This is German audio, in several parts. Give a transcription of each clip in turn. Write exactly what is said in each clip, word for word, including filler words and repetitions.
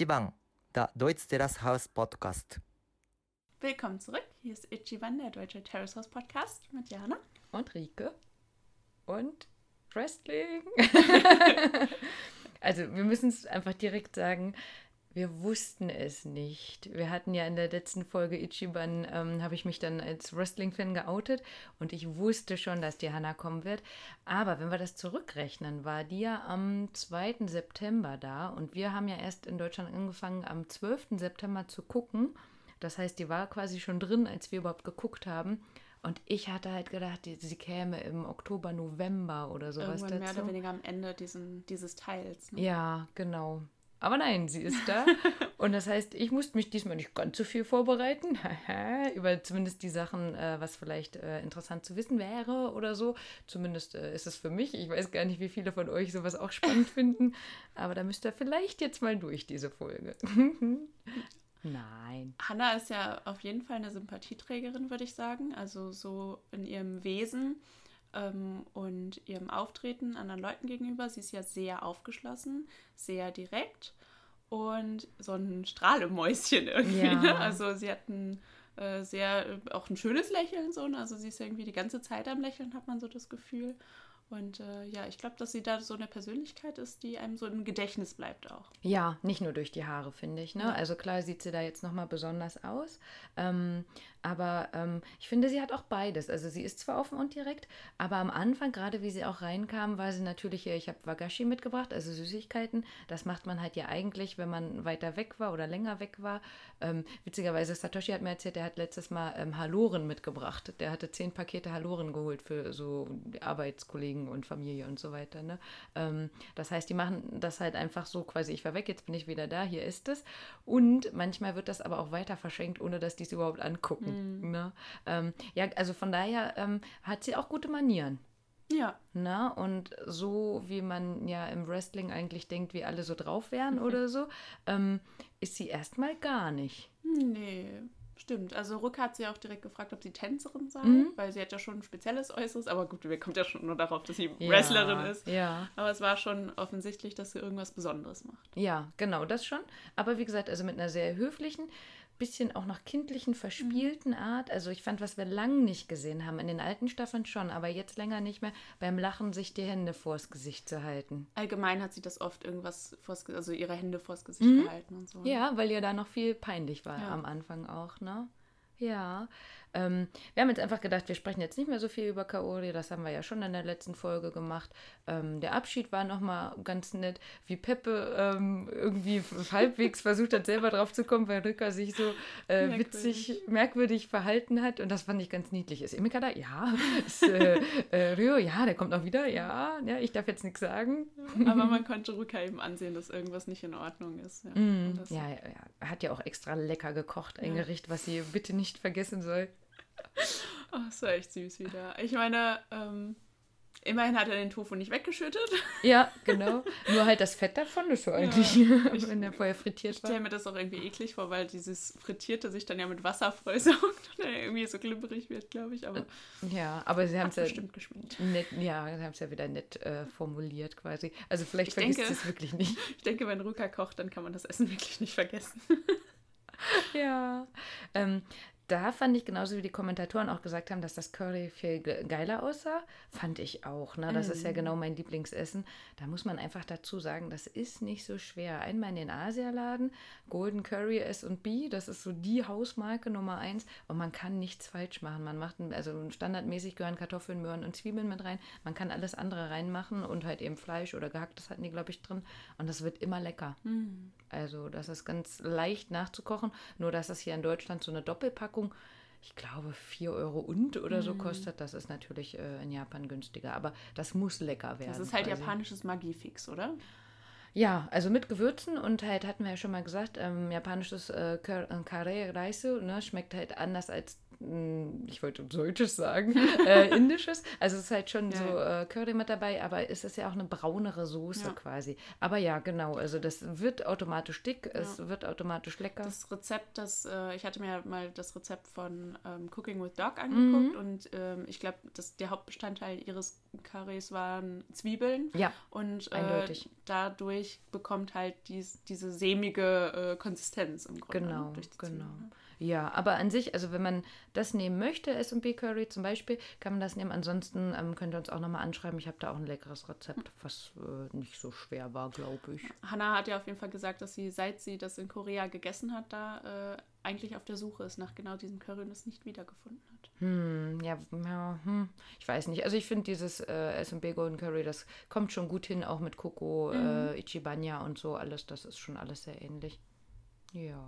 Ichiban, der Deutsche Terrace House Podcast. Willkommen zurück. Hier ist Ichiban, der Deutsche Terrace House Podcast mit Jana. Und Rike. Und Wrestling. Also wir müssen es einfach direkt sagen, wir wussten es nicht. Wir hatten ja in der letzten Folge Ichiban, ähm, habe ich mich dann als Wrestling-Fan geoutet und ich wusste schon, dass die Hana kommen wird. Aber wenn wir das zurückrechnen, war die ja am zweiten September da und wir haben ja erst in Deutschland angefangen, am zwölften September zu gucken. Das heißt, die war quasi schon drin, als wir überhaupt geguckt haben. Und ich hatte halt gedacht, die, sie käme im Oktober, November oder sowas Irgendwann dazu. mehr oder weniger am Ende diesen, dieses Teils. Ne? Ja, genau. Aber nein, sie ist da. Und das heißt, ich musste mich diesmal nicht ganz so viel vorbereiten. Über zumindest die Sachen, äh, was vielleicht äh, interessant zu wissen wäre oder so. Zumindest äh, ist es für mich. Ich weiß gar nicht, wie viele von euch sowas auch spannend finden. Aber da müsst ihr vielleicht jetzt mal durch, diese Folge. Nein. Hana ist ja auf jeden Fall eine Sympathieträgerin, würde ich sagen. Also so in ihrem Wesen ähm, und ihrem Auftreten anderen Leuten gegenüber. Sie ist ja sehr aufgeschlossen, sehr direkt und so ein Strahlemäuschen irgendwie. Ja. Ne? Also sie hat ein äh, sehr, auch ein schönes Lächeln. So, ne? Also sie ist irgendwie die ganze Zeit am Lächeln, hat man so das Gefühl. Und äh, ja, ich glaube, dass sie da so eine Persönlichkeit ist, die einem so im Gedächtnis bleibt auch. Ja, nicht nur durch die Haare, finde ich. Ne? Ja. Also klar sieht sie da jetzt nochmal besonders aus. Ähm, aber ähm, ich finde, sie hat auch beides. Also sie ist zwar offen und direkt, aber am Anfang, gerade wie sie auch reinkam, war sie natürlich, ich habe Wagashi mitgebracht, also Süßigkeiten. Das macht man halt ja eigentlich, wenn man weiter weg war oder länger weg war. Ähm, witzigerweise, Satoshi hat mir erzählt, der hat letztes Mal ähm, Haloren mitgebracht. Der hatte zehn Pakete Haloren geholt für so Arbeitskollegen und Familie und so weiter. Ne? Ähm, das heißt, die machen das halt einfach so quasi, ich war weg, jetzt bin ich wieder da, hier ist es. Und manchmal wird das aber auch weiter verschenkt, ohne dass die es überhaupt angucken. Mhm. Ne? Ähm, ja, also von daher ähm, hat sie auch gute Manieren. Ja. Na, und so wie man ja im Wrestling eigentlich denkt, wie alle so drauf wären oder so, ähm, ist sie erstmal gar nicht. Nee. Stimmt, also Ruka hat sie auch direkt gefragt, ob sie Tänzerin sei, Mhm. weil sie hat ja schon ein spezielles Äußeres, aber gut, mir kommt ja schon nur darauf, dass sie Ja, Wrestlerin ist. Ja. Aber es war schon offensichtlich, dass sie irgendwas Besonderes macht. Ja, genau, das schon. Aber wie gesagt, also mit einer sehr höflichen, bisschen auch nach kindlichen, verspielten Art. Also ich fand, was wir lang nicht gesehen haben, in den alten Staffeln schon, aber jetzt länger nicht mehr, beim Lachen sich die Hände vors Gesicht zu halten. Allgemein hat sie das oft irgendwas, vors, also ihre Hände vors Gesicht Mhm. gehalten und so. Ja, weil ihr da noch viel peinlich war Ja. am Anfang auch, ne? Ja, ähm, wir haben jetzt einfach gedacht, wir sprechen jetzt nicht mehr so viel über Kaori, das haben wir ja schon in der letzten Folge gemacht. Ähm, der Abschied war nochmal ganz nett, wie Peppe ähm, irgendwie halbwegs versucht hat, selber drauf zu kommen, weil Rika sich so äh, Merkwürdig. witzig, merkwürdig verhalten hat und das fand ich ganz niedlich. Ist Emika da? Ja. Ist äh, äh, Ryo? Ja, der kommt noch wieder? Ja. Ja, ich darf jetzt nichts sagen. Aber man konnte Ruka eben ansehen, dass irgendwas nicht in Ordnung ist. Ja, Mm, Und das- ja, ja, er hat ja auch extra lecker gekocht, ein Gericht, was sie bitte nicht vergessen soll. Oh, das war echt süß wieder. Ich meine, ähm, immerhin hat er den Tofu nicht weggeschüttet. Ja, genau. Nur halt das Fett davon ist so eigentlich, Ich- wenn der vorher Ich frittiert stelle war. mir das auch irgendwie eklig vor, weil dieses Frittierte sich dann ja mit Wasser vollsaugt und dann irgendwie so glibberig wird, glaube ich. Aber Ja, aber sie haben hat es ja bestimmt geschmeckt. nett, ja, sie haben es ja wieder nett äh, formuliert quasi. Also vielleicht Ich vergisst denke- sie es wirklich nicht. Ich denke, wenn Ruka kocht, dann kann man das Essen wirklich nicht vergessen. Ja. Ähm, da fand ich, genauso wie die Kommentatoren auch gesagt haben, dass das Curry viel ge- geiler aussah, fand ich auch. Ne? Das ist ja genau mein Lieblingsessen. Da muss man einfach dazu sagen, das ist nicht so schwer. Einmal in den Asialaden, Golden Curry S und B, das ist so die Hausmarke Nummer eins und man kann nichts falsch machen. Man macht, ein- also standardmäßig gehören Kartoffeln, Möhren und Zwiebeln mit rein. Man kann alles andere reinmachen und halt eben Fleisch oder gehacktes hatten die, glaube ich, drin und das wird immer lecker. Also das ist ganz leicht nachzukochen, nur dass es hier in Deutschland so eine Doppelpackung, ich glaube vier Euro und oder so kostet. Das ist natürlich äh, in Japan günstiger, aber das muss lecker werden. Das ist halt quasi. japanisches Magiefix, oder? Ja, also mit Gewürzen und halt, hatten wir ja schon mal gesagt, ähm, japanisches äh, Kar- äh, Kare Reis, ne, schmeckt halt anders als mh, ich wollte deutsches sagen, äh, indisches. Also es ist halt schon ja, so äh, Curry mit dabei, aber es ist ja auch eine braunere Soße ja. quasi. Aber ja, genau, also das wird automatisch dick, ja. es wird automatisch lecker. Das Rezept, das, äh, ich hatte mir mal das Rezept von ähm, Cooking with Dog angeguckt mhm. und ähm, ich glaube, der Hauptbestandteil ihres Currys waren Zwiebeln. Ja, und äh, eindeutig. Dadurch bekommt halt dies, diese sämige äh, Konsistenz im Grunde. Genau, durch die genau. Zwiebeln. Ja, aber an sich, also wenn man das nehmen möchte, S und P Curry zum Beispiel, kann man das nehmen. Ansonsten ähm, könnt ihr uns auch nochmal anschreiben. Ich habe da auch ein leckeres Rezept, was äh, nicht so schwer war, glaube ich. Hannah hat ja auf jeden Fall gesagt, dass sie, seit sie das in Korea gegessen hat, da äh, eigentlich auf der Suche ist nach genau diesem Curry und es nicht wiedergefunden hat. Hm, ja, ja hm, ich weiß nicht. Also ich finde dieses äh, S und P Golden Curry, das kommt schon gut hin, auch mit Coco, mhm. äh, Ichibanya und so alles. Das ist schon alles sehr ähnlich. Ja.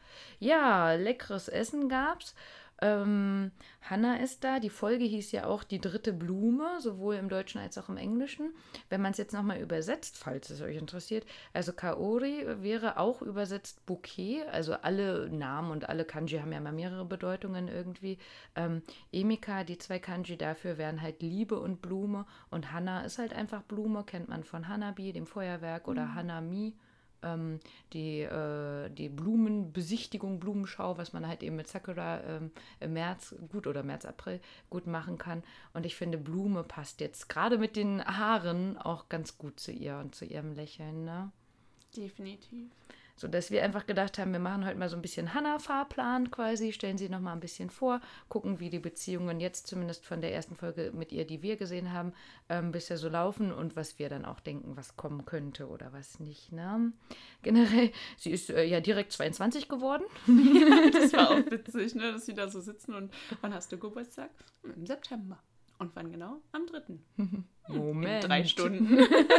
Ja, leckeres Essen gab's. Ähm, Hannah ist da. Die Folge hieß ja auch Die dritte Blume, sowohl im Deutschen als auch im Englischen. Wenn man es jetzt nochmal übersetzt, falls es euch interessiert, also Kaori wäre auch übersetzt Bouquet, also alle Namen und alle Kanji haben ja mal mehrere Bedeutungen irgendwie. Ähm, Emika, die zwei Kanji dafür wären halt Liebe und Blume und Hana ist halt einfach Blume, kennt man von Hanabi, dem Feuerwerk, oder mhm. Hanami. Ähm, die, äh, die Blumenbesichtigung, Blumenschau, was man halt eben mit Sakura ähm, im März gut oder März, April gut machen kann. Und ich finde, Blume passt jetzt gerade mit den Haaren auch ganz gut zu ihr und zu ihrem Lächeln. Ne? Definitiv. So dass wir einfach gedacht haben, wir machen heute mal so ein bisschen Hannah-Fahrplan quasi, stellen sie nochmal ein bisschen vor, gucken, wie die Beziehungen jetzt zumindest von der ersten Folge mit ihr, die wir gesehen haben, ähm, bisher so laufen und was wir dann auch denken, was kommen könnte oder was nicht. Ne? Generell, sie ist äh, ja direkt zweiundzwanzig geworden. Ja, das war auch witzig, ne, dass sie da so sitzen und wann hast du Geburtstag? Im September. Und wann genau? Am dritten. Moment. In drei Stunden.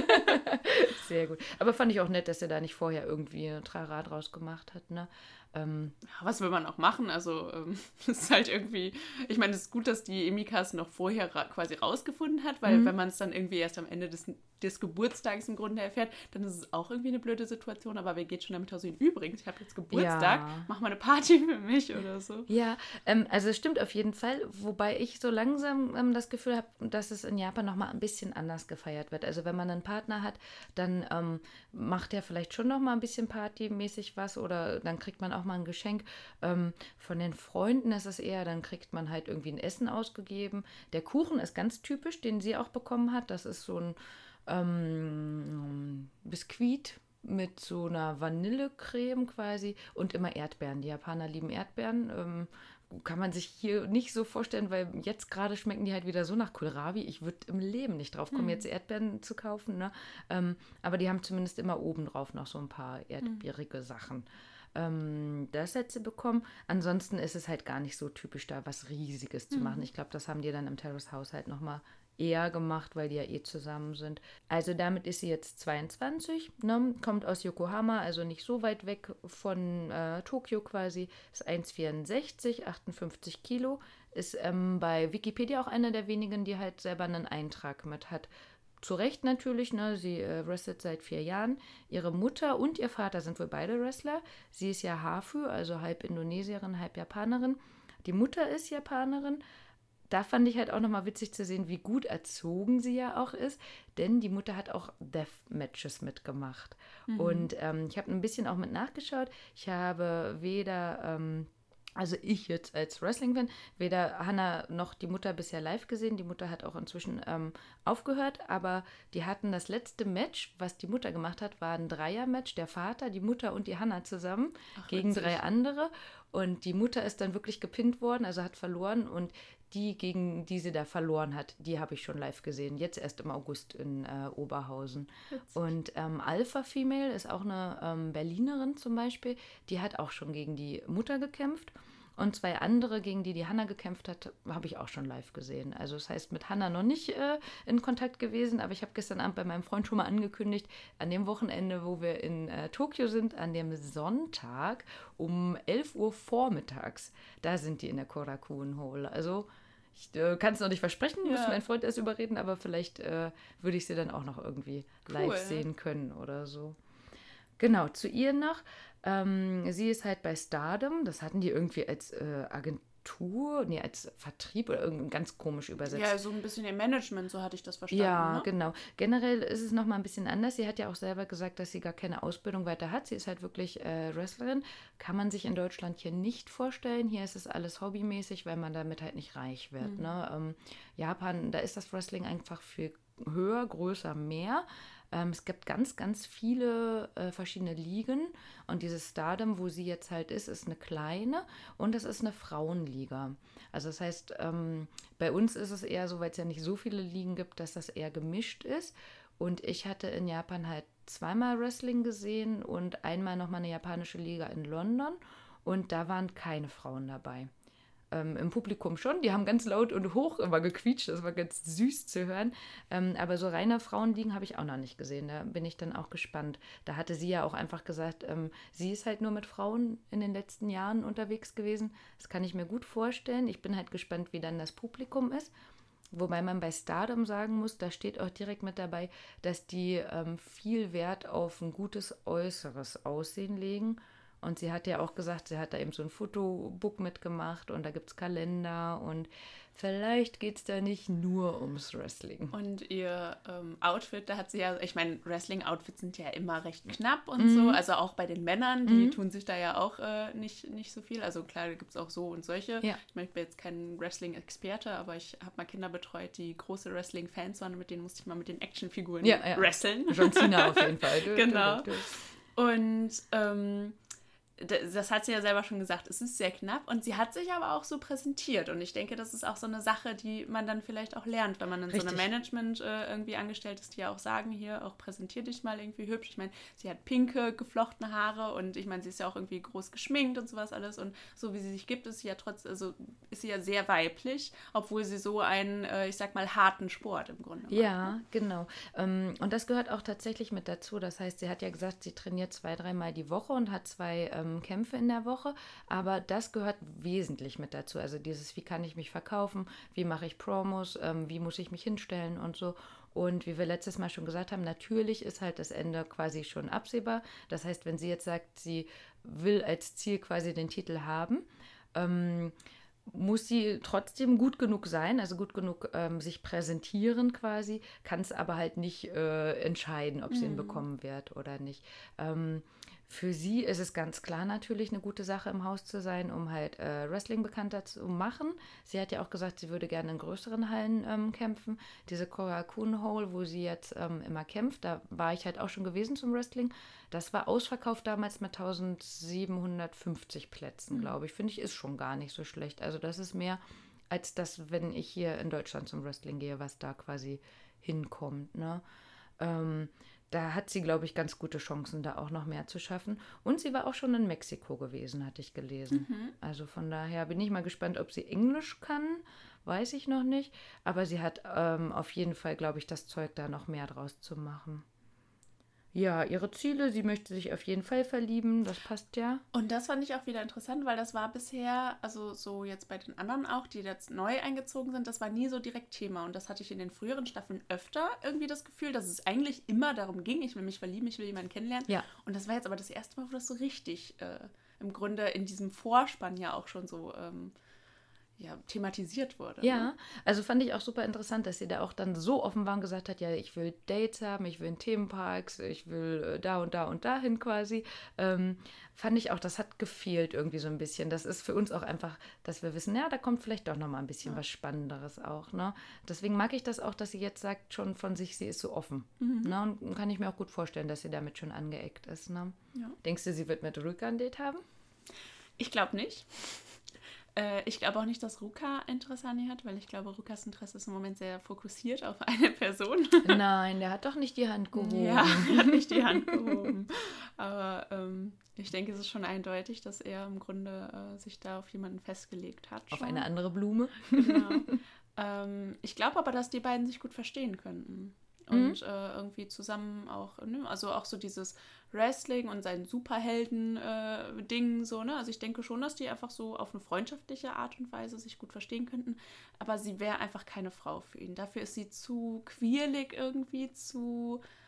Sehr gut. Aber fand ich auch nett, dass er da nicht vorher irgendwie ein Trara draus gemacht hat, ne? Ähm, ja, was will man auch machen? Also, ähm, es ist halt irgendwie, ich meine, es ist gut, dass die Emikas noch vorher ra- quasi rausgefunden hat, weil mhm. wenn man es dann irgendwie erst am Ende des, des Geburtstags im Grunde erfährt, dann ist es auch irgendwie eine blöde Situation, aber wer geht schon damit aus? Übrigens, ich habe jetzt Geburtstag, ja. mach mal eine Party für mich oder so. Ja, ähm, also es stimmt auf jeden Fall, wobei ich so langsam ähm, das Gefühl habe, dass es in Japan nochmal ein bisschen anders gefeiert wird. Also wenn man einen Partner hat, dann ähm, macht er vielleicht schon nochmal ein bisschen partymäßig was oder dann kriegt man auch mal ein Geschenk. Ähm, von den Freunden ist es eher, dann kriegt man halt irgendwie ein Essen ausgegeben. Der Kuchen ist ganz typisch, den sie auch bekommen hat. Das ist so ein ähm, Biskuit mit so einer Vanillecreme quasi und immer Erdbeeren. Die Japaner lieben Erdbeeren. Ähm, kann man sich hier nicht so vorstellen, weil jetzt gerade schmecken die halt wieder so nach Kohlrabi. Ich würde im Leben nicht drauf kommen, mhm. jetzt Erdbeeren zu kaufen. Ne? Ähm, aber die haben zumindest immer oben drauf noch so ein paar erdbeerige mhm. Sachen. Ähm, das hat sie bekommen. Ansonsten ist es halt gar nicht so typisch, da was Riesiges zu mhm. machen. Ich glaube, das haben die dann im Terrace-Haushalt nochmal eher gemacht, weil die ja eh zusammen sind. Also damit ist sie jetzt zweiundzwanzig, ne? Kommt aus Yokohama, also nicht so weit weg von äh, Tokio quasi, ist eins Komma vierundsechzig, achtundfünfzig Kilo, ist ähm, bei Wikipedia auch einer der wenigen, die halt selber einen Eintrag mit hat. Zu Recht natürlich, ne? Sie äh, wrestelt seit vier Jahren. Ihre Mutter und ihr Vater sind wohl beide Wrestler. Sie ist ja Hafu, also halb Indonesierin, halb Japanerin. Die Mutter ist Japanerin. Da fand ich halt auch nochmal witzig zu sehen, wie gut erzogen sie ja auch ist, denn die Mutter hat auch Death-Matches mitgemacht. Mhm. Und ähm, ich habe ein bisschen auch mit nachgeschaut. Ich habe weder, ähm, also ich jetzt als Wrestling-Fan, weder Hannah noch die Mutter bisher live gesehen. Die Mutter hat auch inzwischen ähm, aufgehört, aber die hatten das letzte Match, was die Mutter gemacht hat, war ein Dreier-Match, der Vater, die Mutter und die Hannah zusammen Ach, gegen witzig. drei andere. Und die Mutter ist dann wirklich gepinnt worden, also hat verloren und die, gegen die sie da verloren hat, die habe ich schon live gesehen. Jetzt erst im August in äh, Oberhausen. Witzig. Und ähm, Alpha Female ist auch eine ähm, Berlinerin zum Beispiel. Die hat auch schon gegen die Mutter gekämpft. Und zwei andere, gegen die die Hannah gekämpft hat, habe ich auch schon live gesehen. Also das heißt, mit Hannah noch nicht äh, in Kontakt gewesen, aber ich habe gestern Abend bei meinem Freund schon mal angekündigt, an dem Wochenende, wo wir in äh, Tokio sind, an dem Sonntag um elf Uhr vormittags, da sind die in der Korakuen Hall. Also ich äh, kann es noch nicht versprechen, ja. muss mein Freund erst überreden, aber vielleicht äh, würde ich sie dann auch noch irgendwie cool, live sehen können oder so. Genau, zu ihr noch. Ähm, sie ist halt bei Stardom, das hatten die irgendwie als äh, Agentur Agentur, nee, als Vertrieb oder irgendwie ganz komisch übersetzt. Ja, so ein bisschen im Management, so hatte ich das verstanden. Ja, ne? genau. Generell ist es nochmal ein bisschen anders. Sie hat ja auch selber gesagt, dass sie gar keine Ausbildung weiter hat. Sie ist halt wirklich äh, Wrestlerin. Kann man sich in Deutschland hier nicht vorstellen. Hier ist es alles hobbymäßig, weil man damit halt nicht reich wird. Mhm. Ne? Ähm, Japan, da ist das Wrestling einfach viel höher, größer, mehr. Ähm, es gibt ganz, ganz viele äh, verschiedene Ligen und dieses Stardom, wo sie jetzt halt ist, ist eine kleine und es ist eine Frauenliga. Also das heißt, ähm, bei uns ist es eher so, weil es ja nicht so viele Ligen gibt, dass das eher gemischt ist. Und ich hatte in Japan halt zweimal Wrestling gesehen und einmal nochmal eine japanische Liga in London und da waren keine Frauen dabei. Ähm, im Publikum schon, die haben ganz laut und hoch immer gequietscht, das war ganz süß zu hören, ähm, aber so reine Frauenligen habe ich auch noch nicht gesehen, da bin ich dann auch gespannt. Da hatte sie ja auch einfach gesagt, ähm, sie ist halt nur mit Frauen in den letzten Jahren unterwegs gewesen, das kann ich mir gut vorstellen, ich bin halt gespannt, wie dann das Publikum ist, wobei man bei Stardom sagen muss, da steht auch direkt mit dabei, dass die ähm, viel Wert auf ein gutes äußeres Aussehen legen. Und sie hat ja auch gesagt, sie hat da eben so ein Fotobook mitgemacht und da gibt es Kalender und vielleicht geht es da nicht nur ums Wrestling. Und ihr ähm, Outfit, da hat sie ja, ich meine, Wrestling-Outfits sind ja immer recht knapp und mm. so, also auch bei den Männern, die mm. tun sich da ja auch äh, nicht, nicht so viel. Also klar, da gibt es auch so und solche. Ja. Ich meine, ich bin jetzt kein Wrestling-Experte, aber ich habe mal Kinder betreut, die große Wrestling-Fans waren, mit denen musste ich mal mit den Actionfiguren ja, ja. wresteln. John Cena auf jeden Fall. Du, genau. Du, du, du. Und ähm, das hat sie ja selber schon gesagt, es ist sehr knapp und sie hat sich aber auch so präsentiert und ich denke, das ist auch so eine Sache, die man dann vielleicht auch lernt, wenn man in Richtig. so einem Management äh, irgendwie angestellt ist, die ja auch sagen, hier, auch präsentier dich mal irgendwie hübsch. Ich meine, sie hat pinke, geflochtene Haare und ich meine, sie ist ja auch irgendwie groß geschminkt und sowas alles und so wie sie sich gibt, ist sie ja trotz, also ist sie ja sehr weiblich, obwohl sie so einen, äh, ich sag mal, harten Sport im Grunde macht. Ja, genau. Ähm, und das gehört auch tatsächlich mit dazu, das heißt, sie hat ja gesagt, sie trainiert zwei, dreimal die Woche und hat zwei ähm, Kämpfe in der Woche, aber das gehört wesentlich mit dazu. Also dieses, wie kann ich mich verkaufen, wie mache ich Promos, ähm, wie muss ich mich hinstellen und so. Und wie wir letztes Mal schon gesagt haben, natürlich ist halt das Ende quasi schon absehbar. Das heißt, wenn sie jetzt sagt, sie will als Ziel quasi den Titel haben, ähm, muss sie trotzdem gut genug sein, also gut genug ähm, sich präsentieren quasi, kann es aber halt nicht äh, entscheiden, ob sie ihn bekommen wird oder nicht. Ähm, Für sie ist es ganz klar natürlich eine gute Sache, im Haus zu sein, um halt äh, Wrestling bekannter zu machen. Sie hat ja auch gesagt, sie würde gerne in größeren Hallen ähm, kämpfen. Diese Korakuen Hall, wo sie jetzt ähm, immer kämpft, da war ich halt auch schon gewesen zum Wrestling. Das war ausverkauft damals mit eintausendsiebenhundertfünfzig Plätzen, mhm. glaube ich. Finde ich, ist schon gar nicht so schlecht. Also das ist mehr als das, wenn ich hier in Deutschland zum Wrestling gehe, was da quasi hinkommt, ne? Ähm, Da hat sie, glaube ich, ganz gute Chancen, da auch noch mehr zu schaffen. Und sie war auch schon in Mexiko gewesen, hatte ich gelesen. Mhm. Also von daher bin ich mal gespannt, ob sie Englisch kann. Weiß ich noch nicht. Aber sie hat ähm, auf jeden Fall, glaube ich, das Zeug, da noch mehr draus zu machen. Ja, ihre Ziele, sie möchte sich auf jeden Fall verlieben, das passt ja. Und das fand ich auch wieder interessant, weil das war bisher, also so jetzt bei den anderen auch, die jetzt neu eingezogen sind, das war nie so direkt Thema. Und das hatte ich in den früheren Staffeln öfter irgendwie das Gefühl, dass es eigentlich immer darum ging, ich will mich verlieben, ich will jemanden kennenlernen. Ja. Und das war jetzt aber das erste Mal, wo das so richtig äh, im Grunde in diesem Vorspann ja auch schon so ähm, ja, thematisiert wurde. Ja, ne? Also fand ich auch super interessant, dass sie da auch dann so offen war und gesagt hat, ja, ich will Dates haben, ich will in Themenparks, ich will äh, da und da und dahin quasi. Ähm, fand ich auch, das hat gefehlt irgendwie so ein bisschen. Das ist für uns auch einfach, dass wir wissen, ja, da kommt vielleicht doch nochmal ein bisschen ja. was Spannenderes auch. Ne? Deswegen mag ich das auch, dass sie jetzt sagt schon von sich, sie ist so offen. Mhm. Ne? Und kann ich mir auch gut vorstellen, dass sie damit schon angeeckt ist. Ne? Ja. Denkst du, sie wird mit Ruka ein Date haben? Ich glaube nicht. Ich glaube auch nicht, dass Ruka Interesse an ihr hat, weil ich glaube, Rukas Interesse ist im Moment sehr fokussiert auf eine Person. Nein, der hat doch nicht die Hand gehoben. Ja, er hat nicht die Hand gehoben. Aber ähm, ich denke, es ist schon eindeutig, dass er im Grunde äh, sich da auf jemanden festgelegt hat. Auf schon. eine andere Blume. Genau. ähm, ich glaube aber, dass die beiden sich gut verstehen könnten. Und mhm. äh, irgendwie zusammen auch, ne? Also auch so dieses Wrestling und sein Superhelden-Ding, äh, so, ne? Also ich denke schon, dass die einfach so auf eine freundschaftliche Art und Weise sich gut verstehen könnten. Aber sie wäre einfach keine Frau für ihn. Dafür ist sie zu quirlig irgendwie, zu,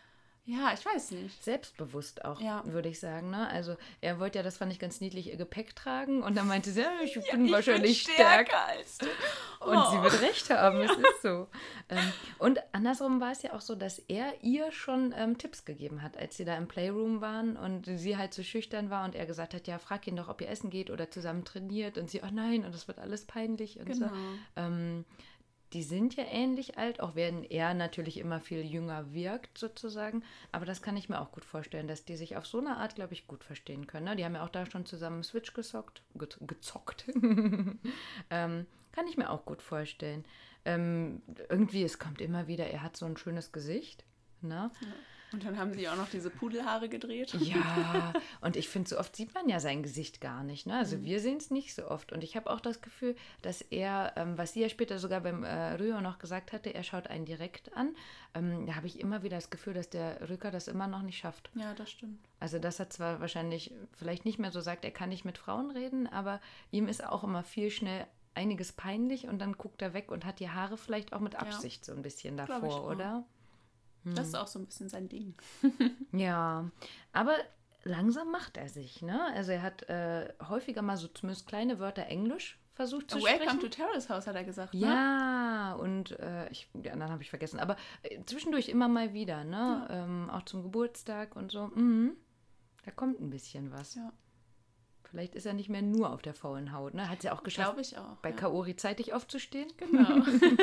Ja, ich weiß nicht. Selbstbewusst auch, Ja. würde ich sagen. Ne? Also er wollte ja, das fand ich ganz niedlich, ihr Gepäck tragen und dann meinte sie, ja, ich Ja, bin ich wahrscheinlich bin stärker. stärker als du. Und Oh. sie wird recht haben, es ist so. Ähm, und andersrum war es ja auch so, dass er ihr schon ähm, Tipps gegeben hat, als sie da im Playroom waren und sie halt so schüchtern war und er gesagt hat, ja, frag ihn doch, ob ihr essen geht oder zusammen trainiert. Und sie, oh nein, und das wird alles peinlich und Genau. so. Ähm, die sind ja ähnlich alt, auch wenn er natürlich immer viel jünger wirkt sozusagen. Aber das kann ich mir auch gut vorstellen, dass die sich auf so eine Art, glaube ich, gut verstehen können. Ne? Die haben ja auch da schon zusammen Switch gezockt. Ge gezockt. ähm, kann ich mir auch gut vorstellen. Ähm, irgendwie, es kommt immer wieder, er hat so ein schönes Gesicht. Ne? Ja. Und dann haben sie auch noch diese Pudelhaare gedreht. Ja, und ich finde, so oft sieht man ja sein Gesicht gar nicht. Ne? Also Mhm. wir sehen es nicht so oft. Und ich habe auch das Gefühl, dass er, ähm, was sie ja später sogar beim äh, Rüo noch gesagt hatte, er schaut einen direkt an. Ähm, da habe ich immer wieder das Gefühl, dass der Rücker das immer noch nicht schafft. Ja, das stimmt. Also das hat zwar wahrscheinlich vielleicht nicht mehr so sagt, er kann nicht mit Frauen reden, aber ihm ist auch immer viel schnell einiges peinlich und dann guckt er weg und hat die Haare vielleicht auch mit Absicht so ein bisschen Glaub ich davor, auch. oder? Das ist auch so ein bisschen sein Ding. Ja, aber langsam macht er sich, ne? Also er hat äh, häufiger mal so zumindest kleine Wörter Englisch versucht zu Welcome sprechen. to Terrace House, hat er gesagt, ne? Ja, und äh, ich, die anderen habe ich vergessen, aber äh, zwischendurch immer mal wieder, ne? Ähm, auch zum Geburtstag und so. Mhm. Da kommt ein bisschen was. Ja. Vielleicht ist er nicht mehr nur auf der faulen Haut, ne? Hat es ja auch geschafft, Glaube ich auch. bei ja. Kaori zeitig aufzustehen. Genau.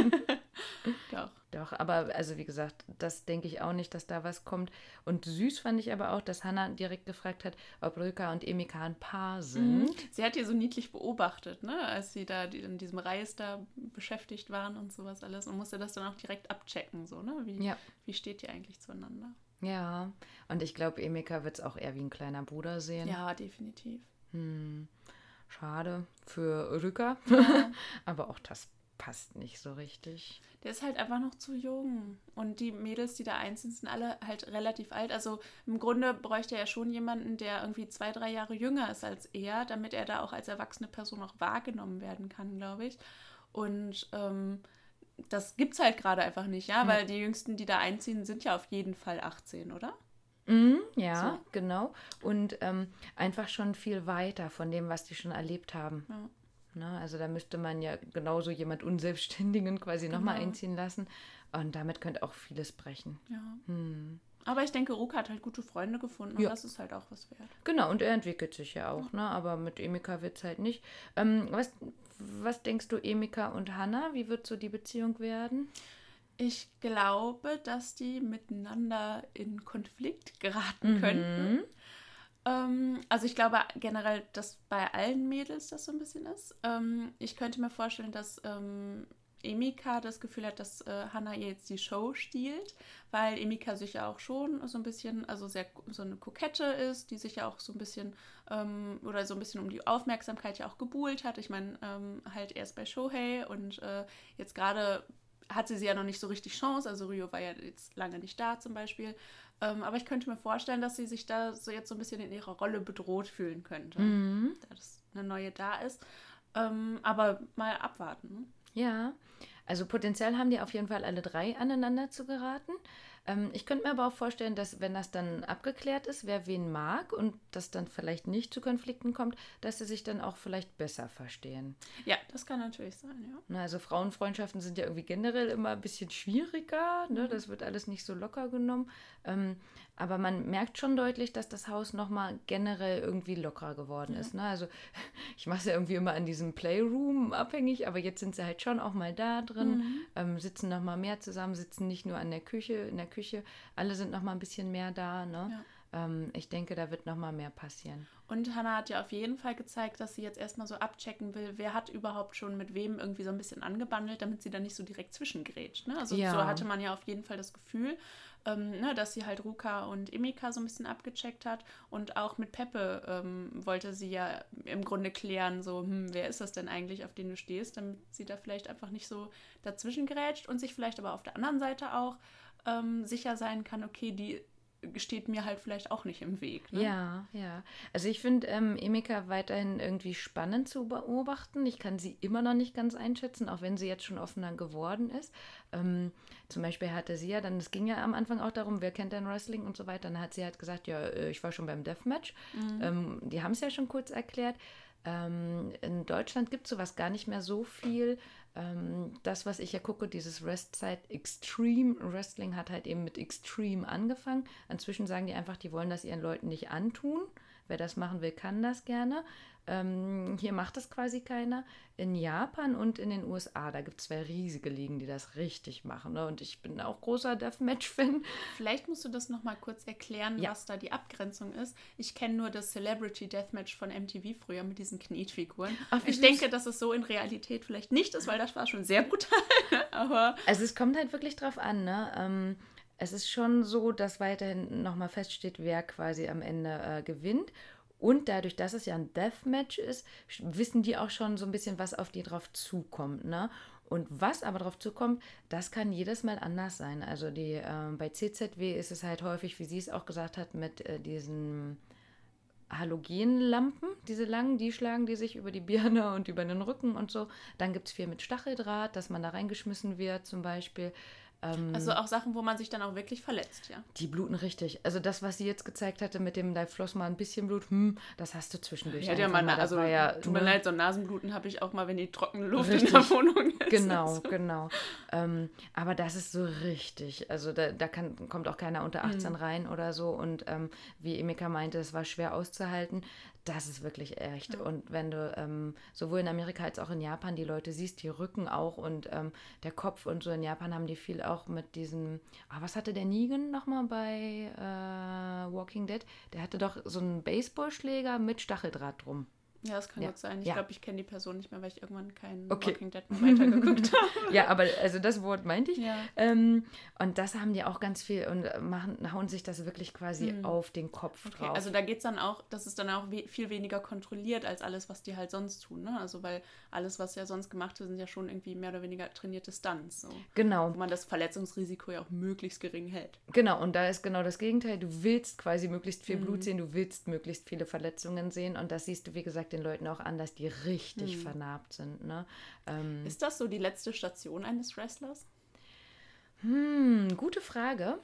Doch. Doch, aber also wie gesagt, das denke ich auch nicht, dass da was kommt. Und süß fand ich aber auch, dass Hannah direkt gefragt hat, ob Röka und Emika ein Paar sind. Mhm. Sie hat ihr so niedlich beobachtet, ne? Als sie da die, in diesem Reis da beschäftigt waren und sowas alles und musste das dann auch direkt abchecken, so, ne? Wie, Ja. wie steht ihr eigentlich zueinander? Ja, und ich glaube, Emika wird es auch eher wie ein kleiner Bruder sehen. Ja, definitiv. Hm. Schade für Rüka, aber auch das passt nicht so richtig. Der ist halt einfach noch zu jung. Und die Mädels, die da einziehen, sind alle halt relativ alt. Also im Grunde bräuchte er ja schon jemanden, der irgendwie zwei, drei Jahre jünger ist als er, damit er da auch als erwachsene Person auch wahrgenommen werden kann, glaube ich. Und ähm, das gibt's halt gerade einfach nicht, ja, weil die Jüngsten, die da einziehen, sind ja auf jeden Fall achtzehn, oder? Mhm, ja, So. genau. Und ähm, einfach schon viel weiter von dem, was die schon erlebt haben. Ja. Ne? Also da müsste man ja genauso jemand Unselbstständigen quasi nochmal Genau. einziehen lassen. Und damit könnte auch vieles brechen. Ja. Hm. Aber ich denke, Ruka hat halt gute Freunde gefunden und Ja. das ist halt auch was wert. Genau, und er entwickelt sich ja auch, ne? Aber mit Emika wird es halt nicht. Ähm, was, was denkst du, Emika und Hannah? Wie wird so die Beziehung werden? Ich glaube, dass die miteinander in Konflikt geraten könnten. Ähm, also ich glaube generell, dass bei allen Mädels das so ein bisschen ist. Ähm, ich könnte mir vorstellen, dass ähm, Emika das Gefühl hat, dass äh, Hannah ihr jetzt die Show stiehlt, weil Emika sich ja auch schon so ein bisschen, also sehr so eine Kokette ist, die sich ja auch so ein bisschen ähm, oder so ein bisschen um die Aufmerksamkeit ja auch gebuhlt hat. Ich meine, ähm, halt erst bei Shohei und äh, jetzt gerade hatte sie ja noch nicht so richtig Chance, also Ryo war ja jetzt lange nicht da zum Beispiel. Ähm, aber ich könnte mir vorstellen, dass sie sich da so jetzt so ein bisschen in ihrer Rolle bedroht fühlen könnte, Mhm. da das eine neue da ist. Ähm, aber mal abwarten. Ne? Ja, also Potenzial haben die auf jeden Fall alle drei aneinander zu geraten. Ähm, ich könnte mir aber auch vorstellen, dass wenn das dann abgeklärt ist, wer wen mag und das dann vielleicht nicht zu Konflikten kommt, dass sie sich dann auch vielleicht besser verstehen. Ja, das kann natürlich sein, ja. Na, also Frauenfreundschaften sind ja irgendwie generell immer ein bisschen schwieriger, ne? Das wird alles nicht so locker genommen. Ähm, aber man merkt schon deutlich, dass das Haus nochmal generell irgendwie lockerer geworden Ja. ist. Ne? Also ich mache es ja irgendwie immer an diesem Playroom abhängig, aber jetzt sind sie halt schon auch mal da drin, Mhm. ähm, sitzen nochmal mehr zusammen, sitzen nicht nur an der Küche, in der Küche, alle sind nochmal ein bisschen mehr da. Ne? Ähm, ich denke, da wird nochmal mehr passieren. Und Hannah hat ja auf jeden Fall gezeigt, dass sie jetzt erstmal so abchecken will, wer hat überhaupt schon mit wem irgendwie so ein bisschen angebandelt, damit sie da nicht so direkt zwischengrätscht. Ne? Also Ja. so hatte man ja auf jeden Fall das Gefühl, ähm, ne, dass sie halt Ruka und Emika so ein bisschen abgecheckt hat. Und auch mit Peppe ähm, wollte sie ja im Grunde klären, so, hm, wer ist das denn eigentlich, auf den du stehst, damit sie da vielleicht einfach nicht so dazwischen grätscht und sich vielleicht aber auf der anderen Seite auch ähm, sicher sein kann, okay, die steht mir halt vielleicht auch nicht im Weg. Ne? Ja, ja. Also ich finde ähm, Emika weiterhin irgendwie spannend zu beobachten. Ich kann sie immer noch nicht ganz einschätzen, auch wenn sie jetzt schon offener geworden ist. Ähm, zum Beispiel hatte sie ja dann, es ging ja am Anfang auch darum, wer kennt denn Wrestling und so weiter. Dann hat sie halt gesagt, ja, ich war schon beim Deathmatch. Mhm. Ähm, die haben es ja schon kurz erklärt. Ähm, in Deutschland gibt es sowas gar nicht mehr so viel. Ähm, das, was ich ja gucke, dieses Restzeit Extreme Wrestling hat halt eben mit Extreme angefangen. Inzwischen sagen die einfach, die wollen das ihren Leuten nicht antun. Wer das machen will, kann das gerne. Ähm, hier macht das quasi keiner. In Japan und in den U S A, da gibt es zwei riesige Ligen, die das richtig machen. Ne? Und ich bin auch großer Deathmatch-Fan. Vielleicht musst du das nochmal kurz erklären, ja. was da die Abgrenzung ist. Ich kenne nur das Celebrity Deathmatch von M T V früher mit diesen Knetfiguren. Ach, ich süß. denke, dass es so in Realität vielleicht nicht ist, weil das war schon sehr brutal. Aber also es kommt halt wirklich drauf an, ne? Ähm, es ist schon so, dass weiterhin nochmal feststeht, wer quasi am Ende äh, gewinnt. Und dadurch, dass es ja ein Deathmatch ist, wissen die auch schon so ein bisschen, was auf die drauf zukommt. Ne? Und was aber drauf zukommt, das kann jedes Mal anders sein. Also die, äh, bei C Z W ist es halt häufig, wie sie es auch gesagt hat, mit äh, diesen Halogenlampen, diese langen, die schlagen die sich über die Birne und über den Rücken und so. Dann gibt es viel mit Stacheldraht, dass man da reingeschmissen wird zum Beispiel. Also auch Sachen, wo man sich dann auch wirklich verletzt, ja. Die bluten richtig. Also das, was sie jetzt gezeigt hatte mit dem, da floss mal ein bisschen Blut, hm, das hast du zwischendurch. Ja, ja, mal, mal. Also ja, tut mir ne? leid, so Nasenbluten habe ich auch mal, wenn die trockene Luft richtig. in der Wohnung ist. Genau, also. genau. Ähm, aber das ist so richtig. Also da, da kann, kommt auch keiner unter achtzehn mhm. rein oder so. Und ähm, wie Emika meinte, es war schwer auszuhalten. Das ist wirklich echt. Ja. Und wenn du ähm, sowohl in Amerika als auch in Japan die Leute siehst, die Rücken auch und ähm, der Kopf und so. In Japan haben die viel auch mit diesem, ah, was hatte der Negan nochmal bei äh, Walking Dead? Der hatte doch so einen Baseballschläger mit Stacheldraht drum. Ja, das kann ja. gut sein. Ich ja. glaube, ich kenne die Person nicht mehr, weil ich irgendwann keinen okay. Walking Dead mehr weitergeguckt habe. Ja, aber also das Wort meinte ich. Ja. Ähm, und das haben die auch ganz viel und machen, hauen sich das wirklich quasi hm. auf den Kopf okay. drauf. Also da geht es dann auch, das ist dann auch we- viel weniger kontrolliert als alles, was die halt sonst tun. Ne? Also weil alles, was ja sonst gemacht wird, sind ja schon irgendwie mehr oder weniger trainierte Stunts. So. Genau. Wo man das Verletzungsrisiko ja auch möglichst gering hält. Genau, und da ist genau das Gegenteil. Du willst quasi möglichst viel hm. Blut sehen, du willst möglichst viele Verletzungen sehen und das siehst du, wie gesagt, den Leuten auch an, dass die richtig hm. vernarbt sind. Ne? Ähm, ist das so die letzte Station eines Wrestlers? Hm, gute Frage.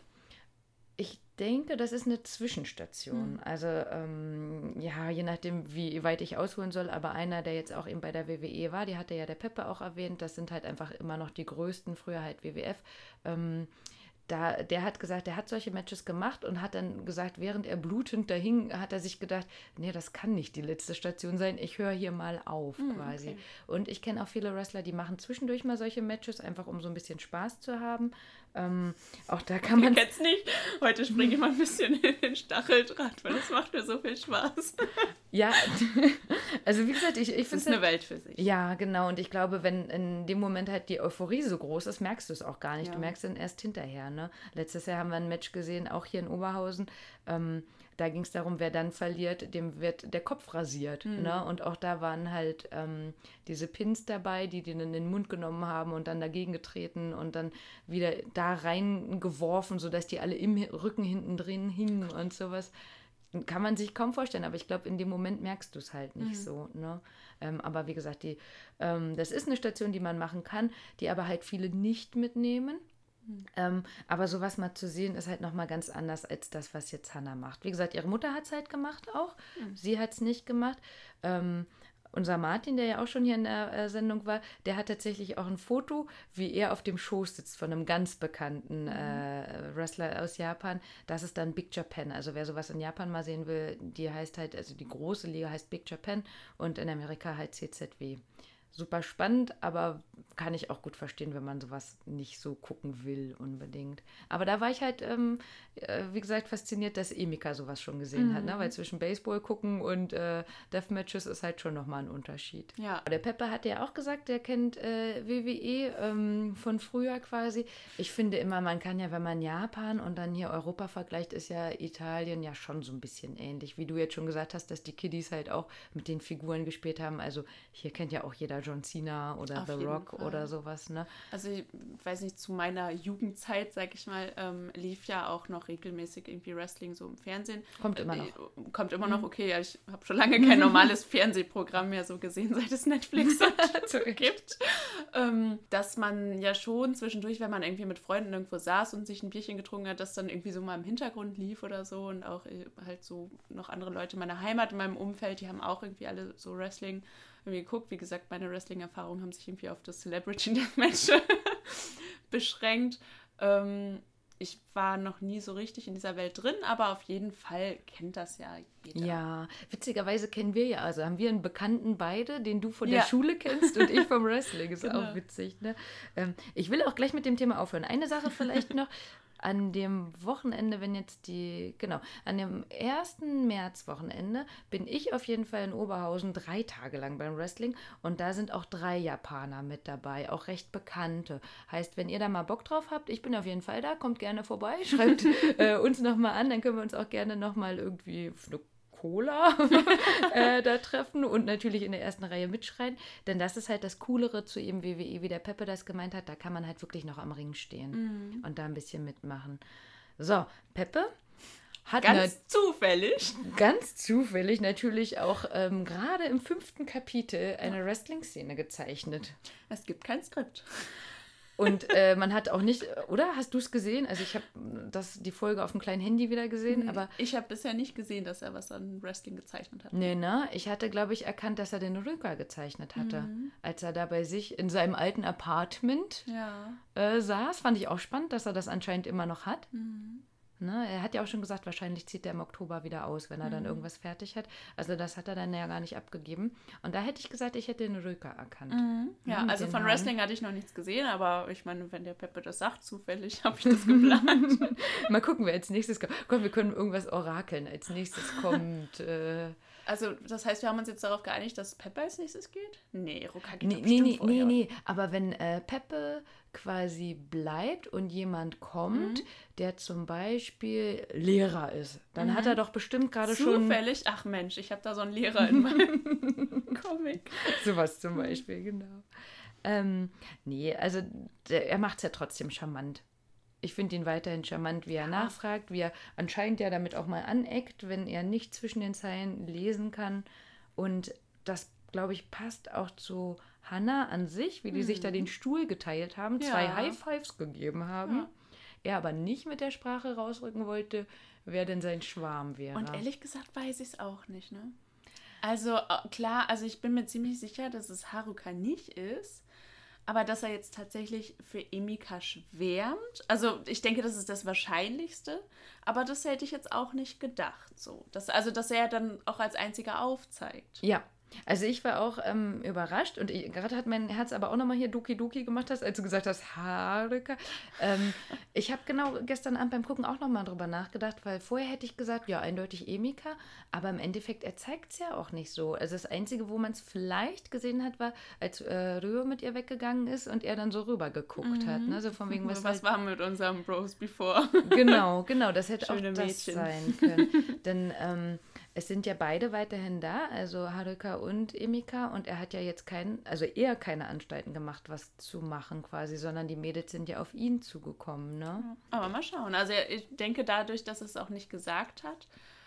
Ich denke, das ist eine Zwischenstation. Hm. Also, ähm, ja, je nachdem, wie weit ich ausholen soll, aber einer, der jetzt auch eben bei der W W E war, die hatte ja der Peppe auch erwähnt, das sind halt einfach immer noch die größten, früher halt W W F. Ähm, Da, der hat gesagt, er hat solche Matches gemacht und hat dann gesagt, während er blutend da hing, hat er sich gedacht, nee, das kann nicht die letzte Station sein, ich höre hier mal auf mm, quasi. Okay. Und ich kenne auch viele Wrestler, die machen zwischendurch mal solche Matches, einfach um so ein bisschen Spaß zu haben. Ähm, auch da kann man... Ich kenn's nicht. Heute springe ich mal ein bisschen in den Stacheldraht, weil das macht mir so viel Spaß. Ja, also wie gesagt, ich, ich finde... Das ist eine Welt für sich. Ja, genau. Und ich glaube, wenn in dem Moment halt die Euphorie so groß ist, merkst du es auch gar nicht. Ja. Du merkst es dann erst hinterher. Ne? Letztes Jahr haben wir ein Match gesehen, auch hier in Oberhausen. Ähm, da ging es darum, wer dann verliert, dem wird der Kopf rasiert. Mhm. Ne? Und auch da waren halt ähm, diese Pins dabei, die den in den Mund genommen haben und dann dagegen getreten und dann wieder da reingeworfen, sodass die alle im Rücken hinten drin hingen und sowas. Kann man sich kaum vorstellen, aber ich glaube, in dem Moment merkst du es halt nicht mhm. so. Ne? Ähm, aber wie gesagt, die, ähm, das ist eine Station, die man machen kann, die aber halt viele nicht mitnehmen. Mhm. Ähm, aber sowas mal zu sehen, ist halt nochmal ganz anders als das, was jetzt Hannah macht. Wie gesagt, ihre Mutter hat es halt gemacht auch. Mhm. Sie hat es nicht gemacht. Ähm, Unser Martin, der ja auch schon hier in der äh, Sendung war, der hat tatsächlich auch ein Foto, wie er auf dem Schoß sitzt von einem ganz bekannten äh, Wrestler aus Japan. Das ist dann Big Japan. Also wer sowas in Japan mal sehen will, die heißt halt, also die große Liga heißt Big Japan und in Amerika halt C Z W. Super spannend, aber kann ich auch gut verstehen, wenn man sowas nicht so gucken will unbedingt. Aber da war ich halt, ähm, äh, wie gesagt, fasziniert, dass Emika sowas schon gesehen mhm. hat, ne? Weil zwischen Baseball gucken und äh, Deathmatches ist halt schon nochmal ein Unterschied. Ja. Der Peppe hat ja auch gesagt, der kennt äh, W W E ähm, von früher quasi. Ich finde immer, man kann ja, wenn man Japan und dann hier Europa vergleicht, ist ja Italien ja schon so ein bisschen ähnlich. Wie du jetzt schon gesagt hast, dass die Kiddies halt auch mit den Figuren gespielt haben. Also hier kennt ja auch jeder oder John Cena oder Auf The jeden Rock Fall. oder sowas, ne? Also ich weiß nicht, zu meiner Jugendzeit, sag ich mal, ähm, lief ja auch noch regelmäßig irgendwie Wrestling so im Fernsehen. Kommt immer noch. Äh, kommt immer noch, okay, ja, ich habe schon lange kein normales Fernsehprogramm mehr so gesehen, seit es Netflix gibt. Ähm, dass man ja schon zwischendurch, wenn man irgendwie mit Freunden irgendwo saß und sich ein Bierchen getrunken hat, das dann irgendwie so mal im Hintergrund lief oder so und auch äh, halt so noch andere Leute in meiner Heimat, in meinem Umfeld, die haben auch irgendwie alle so Wrestling irgendwie geguckt. Wie gesagt, meine Wrestling-Erfahrungen haben sich irgendwie auf das Celebrity Deathmatch beschränkt. Ähm, ich war noch nie so richtig in dieser Welt drin, aber auf jeden Fall kennt das ja jeder. Ja, witzigerweise kennen wir ja, also haben wir einen Bekannten beide, den du von Ja. der Schule kennst und ich vom Wrestling. Ist Genau. auch witzig, ne? Ähm, ich will auch gleich mit dem Thema aufhören. Eine Sache vielleicht noch. An dem Wochenende, wenn jetzt die, genau, an dem ersten März-Wochenende bin ich auf jeden Fall in Oberhausen drei Tage lang beim Wrestling und da sind auch drei Japaner mit dabei, auch recht bekannte. Heißt, wenn ihr da mal Bock drauf habt, ich bin auf jeden Fall da, kommt gerne vorbei, schreibt äh, uns nochmal an, dann können wir uns auch gerne nochmal irgendwie eine Cola äh, da treffen und natürlich in der ersten Reihe mitschreien, denn das ist halt das Coolere zu eben W W E, wie der Peppe das gemeint hat, da kann man halt wirklich noch am Ring stehen Mhm. und da ein bisschen mitmachen. So, Peppe hat Ganz eine, zufällig. ganz zufällig natürlich auch ähm, gerade im fünften Kapitel eine Wrestling-Szene gezeichnet. Es gibt kein Skript. Und äh, man hat auch nicht, oder? Hast du es gesehen? Also ich habe das die Folge auf dem kleinen Handy wieder gesehen, aber Ich habe bisher nicht gesehen, dass er was an Wrestling gezeichnet hat. nee, ne? Ich hatte, glaube ich, erkannt, dass er den Röker gezeichnet hatte, Mhm. als er da bei sich in seinem alten Apartment Ja. äh, saß. Fand ich auch spannend, dass er das anscheinend immer noch hat. Mhm. Ne? Er hat ja auch schon gesagt, wahrscheinlich zieht er im Oktober wieder aus, wenn er dann Mhm. irgendwas fertig hat. Also das hat er dann ja gar nicht abgegeben. Und da hätte ich gesagt, ich hätte den Röker erkannt. Mhm. Ja, Ja, mit also den von Haaren. Wrestling hatte ich noch nichts gesehen, aber ich meine, wenn der Peppe das sagt, zufällig habe ich das geplant. Mal gucken, wer als nächstes kommt. Komm, wir können irgendwas orakeln. Als nächstes kommt... Äh, Also, das heißt, wir haben uns jetzt darauf geeinigt, dass Peppe als nächstes geht? Nee, Ruka geht Nee, doch nee, bestimmt nee, nee, vorher. nee. Aber wenn äh, Peppe quasi bleibt und jemand kommt, der zum Beispiel Lehrer ist, dann hat er doch bestimmt gerade schon Zufällig? Ach Mensch, ich habe da so einen Lehrer in meinem Comic. sowas zum Beispiel, genau. Ähm, nee, also der, er macht es ja trotzdem charmant. Ich finde ihn weiterhin charmant, wie er nachfragt, wie er anscheinend ja damit auch mal aneckt, wenn er nicht zwischen den Zeilen lesen kann. Und das, glaube ich, passt auch zu Hannah an sich, wie die sich da den Stuhl geteilt haben, zwei Ja. High Fives gegeben haben. Ja. Er aber nicht mit der Sprache rausrücken wollte, wer denn sein Schwarm wäre. Und ehrlich gesagt weiß ich es auch nicht, ne? Also, äh, klar, also ich bin mir ziemlich sicher, dass es Haruka nicht ist. Aber dass er jetzt tatsächlich für Emika schwärmt, also ich denke, das ist das Wahrscheinlichste, aber das hätte ich jetzt auch nicht gedacht. So. Das, also, dass er dann auch als einziger aufzeigt. Ja, also ich war auch ähm, überrascht und ich- gerade hat mein Herz aber auch nochmal hier Doki Doki gemacht hast, als du gesagt hast, Haruka. Ähm, ich habe genau gestern Abend beim Gucken auch nochmal drüber nachgedacht, weil vorher hätte ich gesagt, ja, eindeutig Emika, aber im Endeffekt, er zeigt es ja auch nicht so. Also das Einzige, wo man es vielleicht gesehen hat, war, als äh, Ryo mit ihr weggegangen ist und er dann so rüber geguckt hat. Ne? So von wegen, was, Was halt, war mit unserem Bros Before? Genau, genau, das hätte Schöne auch das Mädchen. sein können. Denn ähm, es sind ja beide weiterhin da, also Haruka und Emika, und er hat ja jetzt keinen, also eher keine Anstalten gemacht, was zu machen quasi, sondern die Mädels sind ja auf ihn zugekommen, ne? Aber mal schauen. Also ich denke dadurch, dass es auch nicht gesagt hat,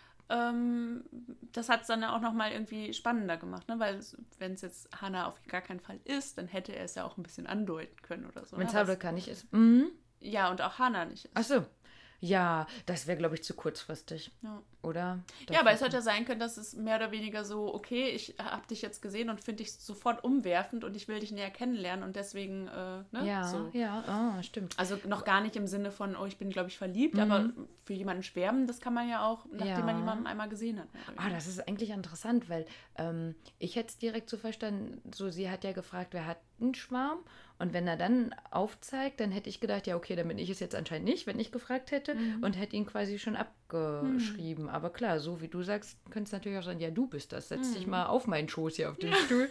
ähm, das hat es dann auch nochmal irgendwie spannender gemacht, ne? Weil wenn es jetzt Hannah auf gar keinen Fall ist, dann hätte er es ja auch ein bisschen andeuten können oder so. Wenn es ne? Aber Haruka nicht ist. Mhm. es- Ja, und auch Hannah nicht ist. Ach so. Ja, das wäre, glaube ich, zu kurzfristig, Ja. oder? Ja, aber es hätte ja sein können, dass es mehr oder weniger so, okay, ich habe dich jetzt gesehen und finde dich sofort umwerfend und ich will dich näher kennenlernen und deswegen, äh, ne? Ja, So. ja, ah, stimmt. Also noch gar nicht im Sinne von, oh, ich bin, glaube ich, verliebt, aber für jemanden schwärmen, das kann man ja auch, nachdem Ja. man jemanden einmal gesehen hat. mehr oder Ah, weniger. das ist eigentlich interessant, weil ähm, ich hätte es direkt so verstanden, so sie hat ja gefragt, wer hat einen Schwarm? Und wenn er dann aufzeigt, dann hätte ich gedacht, ja okay, dann bin ich es jetzt anscheinend nicht, wenn ich gefragt hätte und hätte ihn quasi schon abgeschrieben. Aber klar, so wie du sagst, könnte es natürlich auch sein, ja du bist das, setz dich mal auf meinen Schoß hier auf den Stuhl.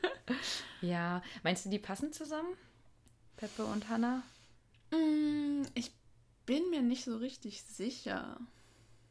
Ja, meinst du, die passen zusammen? Peppe und Hannah? Mm, Ich bin mir nicht so richtig sicher.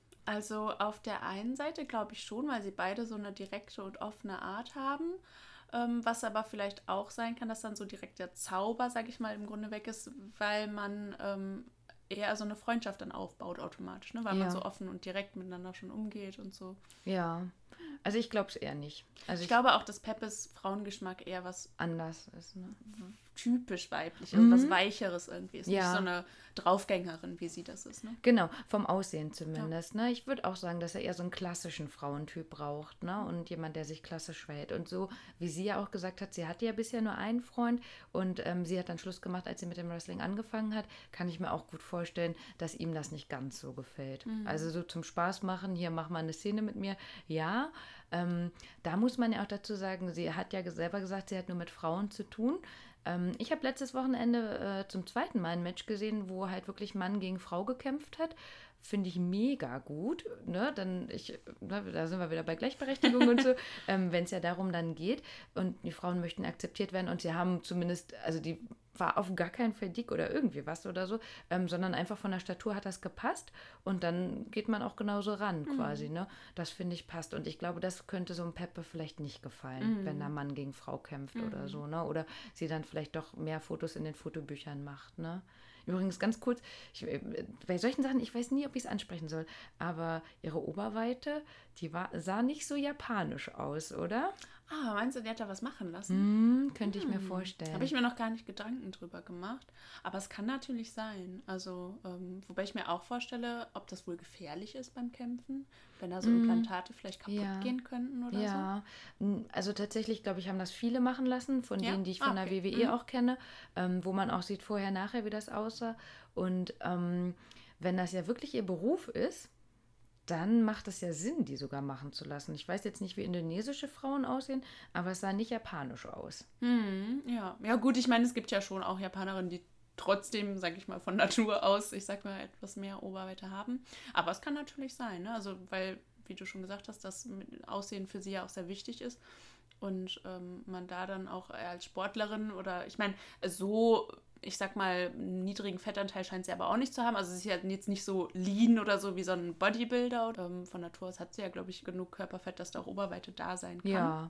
Also auf der einen Seite glaube ich schon, weil sie beide so eine direkte und offene Art haben. Ähm, was aber vielleicht auch sein kann, dass dann so direkt der Zauber, sag ich mal, im Grunde weg ist, weil man ähm, eher so eine Freundschaft dann aufbaut automatisch, ne? Weil Ja. man so offen und direkt miteinander schon umgeht und so. Ja, also ich glaube es eher nicht. Also Ich ich glaube auch, dass Peppes Frauengeschmack eher was anders ist, ne? typisch weibliches, also was Weicheres irgendwie ist. Ja. Nicht so eine Draufgängerin, wie sie das ist, ne? Genau, vom Aussehen zumindest. Ne? Ich würde auch sagen, dass er eher so einen klassischen Frauentyp braucht, ne? Und jemand, der sich klassisch verhält. Und so, wie sie ja auch gesagt hat, sie hatte ja bisher nur einen Freund und ähm, sie hat dann Schluss gemacht, als sie mit dem Wrestling angefangen hat, kann ich mir auch gut vorstellen, dass ihm das nicht ganz so gefällt. Mhm. Also so zum Spaß machen, hier mach mal eine Szene mit mir, ja. Ähm, da muss man ja auch dazu sagen, sie hat ja selber gesagt, sie hat nur mit Frauen zu tun. Ähm, ich habe letztes Wochenende äh, zum zweiten Mal ein Match gesehen, wo halt wirklich Mann gegen Frau gekämpft hat. Finde ich mega gut. Ne? Dann ich, ne, da sind wir wieder bei Gleichberechtigung und so, ähm, wenn es ja darum dann geht. Und die Frauen möchten akzeptiert werden und sie haben zumindest, also die war auf gar keinen Fall dick oder irgendwie was oder so, ähm, sondern einfach von der Statur hat das gepasst und dann geht man auch genauso ran quasi. Ne? Das finde ich passt und ich glaube, das könnte so einem Peppe vielleicht nicht gefallen, Mhm. wenn da Mann gegen Frau kämpft oder so. Ne? Oder sie dann vielleicht doch mehr Fotos in den Fotobüchern macht. Ne? Übrigens ganz kurz, ich, bei solchen Sachen, ich weiß nie, ob ich es ansprechen soll, aber ihre Oberweite, die war, sah nicht so japanisch aus, oder? Ah, meinst du, die hat da was machen lassen? Hm, könnte ich mir vorstellen. Habe ich mir noch gar nicht Gedanken drüber gemacht. Aber es kann natürlich sein. Also, ähm, wobei ich mir auch vorstelle, ob das wohl gefährlich ist beim Kämpfen, wenn da so Implantate vielleicht kaputt Ja. gehen könnten oder so. Ja, n- also tatsächlich, glaube ich, haben das viele machen lassen, von Ja? denen, die ich Ah, von der okay. W W E Mhm. auch kenne, ähm, wo man auch sieht vorher, nachher, wie das aussah. Und ähm, wenn das ja wirklich ihr Beruf ist, dann macht es ja Sinn, die sogar machen zu lassen. Ich weiß jetzt nicht, wie indonesische Frauen aussehen, aber es sah nicht japanisch aus. Hm, ja. Ja, gut, ich meine, es gibt ja schon auch Japanerinnen, die trotzdem, sag ich mal, von Natur aus, ich sag mal, etwas mehr Oberweite haben. Aber es kann natürlich sein, ne? Also, weil, wie du schon gesagt hast, das mit Aussehen für sie ja auch sehr wichtig ist. Und ähm, man da dann auch als Sportlerin oder, ich meine, so, ich sag mal, einen niedrigen Fettanteil scheint sie aber auch nicht zu haben. Also sie ist ja jetzt nicht so lean oder so wie so ein Bodybuilder. Ähm, von Natur aus hat sie ja, glaube ich, genug Körperfett, dass da auch Oberweite da sein kann. Ja,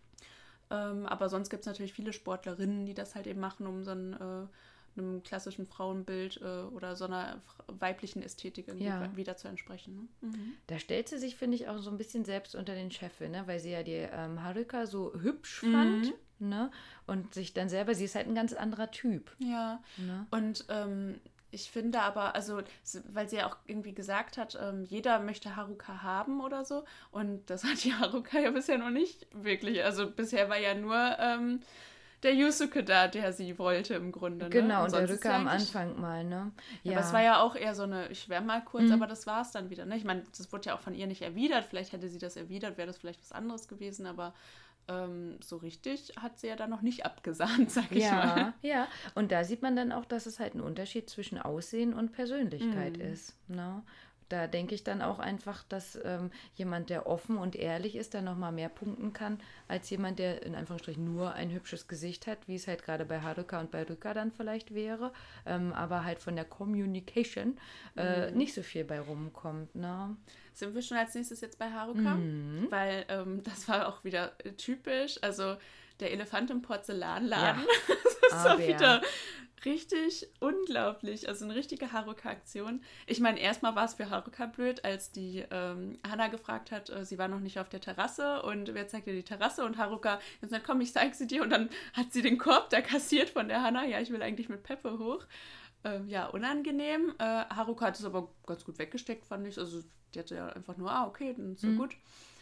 Ähm, aber sonst gibt es natürlich viele Sportlerinnen, die das halt eben machen, um so ein, äh, einem klassischen Frauenbild äh, oder so einer f- weiblichen Ästhetik irgendwie Ja. we- wieder zu entsprechen. Ne? Mhm. da stellt sie sich, finde ich, auch so ein bisschen selbst unter den Scheffel, ne? Weil sie ja die ähm, Haruka so hübsch fand, ne? Und sich dann selber, sie ist halt ein ganz anderer Typ. Ja, Ne? und ähm, ich finde aber, also, s- weil sie ja auch irgendwie gesagt hat, ähm, jeder möchte Haruka haben oder so. Und das hat die Haruka ja bisher noch nicht wirklich. Also bisher war ja nur ähm, der Yusuke da, der sie wollte im Grunde. Ne? Genau, und der sonst ist Rücker sie am eigentlich- Anfang mal, ne? Ja, aber es war ja auch eher so eine, ich schwärme mal kurz, Mhm. aber das war es dann wieder. Ne? Ich meine, das wurde ja auch von ihr nicht erwidert. Vielleicht hätte sie das erwidert, wäre das vielleicht was anderes gewesen, aber ähm, so richtig hat sie ja dann noch nicht abgesahnt, sag ich mal. Ja, ja. Und da sieht man dann auch, dass es halt ein Unterschied zwischen Aussehen und Persönlichkeit Mhm. ist. Ne? Da denke ich dann auch einfach, dass ähm, jemand, der offen und ehrlich ist, dann nochmal mehr punkten kann, als jemand, der in Anführungsstrichen nur ein hübsches Gesicht hat, wie es halt gerade bei Haruka und bei Rüka dann vielleicht wäre, ähm, aber halt von der Communication äh, Mhm. nicht so viel bei rumkommt. Ne? Sind wir schon als nächstes jetzt bei Haruka? Mhm. Weil ähm, das war auch wieder äh, typisch. Also der Elefant im Porzellanladen. Ja. Das war Aber ja. wieder richtig unglaublich. Also eine richtige Haruka-Aktion. Ich meine, erstmal war es für Haruka blöd, als die ähm, Hana gefragt hat, äh, sie war noch nicht auf der Terrasse und wer zeigt ihr die Terrasse? Und Haruka hat gesagt, komm, ich zeig sie dir. Und dann hat sie den Korb da kassiert von der Hana. Ja, ich will eigentlich mit Peppe hoch. Ähm, ja, unangenehm. Äh, Haruka hat es aber ganz gut weggesteckt, fand ich. Also die hatte ja einfach nur, ah, okay, dann ist ja Mhm. gut.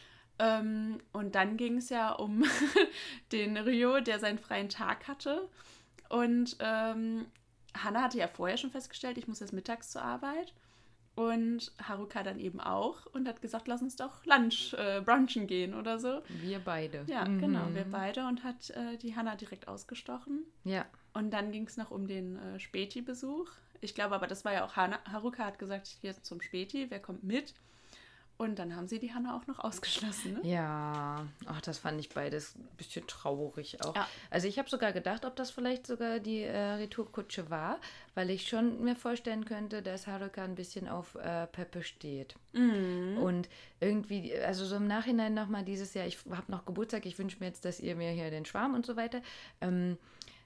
Ähm, und dann ging es ja um den Ryo, der seinen freien Tag hatte. Und ähm, Hana hatte ja vorher schon festgestellt, ich muss jetzt mittags zur Arbeit. Und Haruka dann eben auch und hat gesagt, lass uns doch Lunch, äh, brunchen gehen oder so. Wir beide. Ja, Mhm. genau, wir beide und hat äh, die Hana direkt ausgestochen. Ja. Und dann ging es noch um den äh, Späti-Besuch. Ich glaube aber, das war ja auch Hana, Haruka hat gesagt, ich gehe jetzt zum Späti, wer kommt mit? Und dann haben sie die Hannah auch noch ausgeschlossen, ne? Ja, ach, das fand ich beides ein bisschen traurig auch. Ja. Also ich habe sogar gedacht, ob das vielleicht sogar die äh, Retourkutsche war, weil ich schon mir vorstellen könnte, dass Haruka ein bisschen auf äh, Peppe steht. Mhm. Und irgendwie, also so im Nachhinein nochmal dieses Jahr, ich habe noch Geburtstag, ich wünsche mir jetzt, dass ihr mir hier den Schwarm und so weiter. Ähm,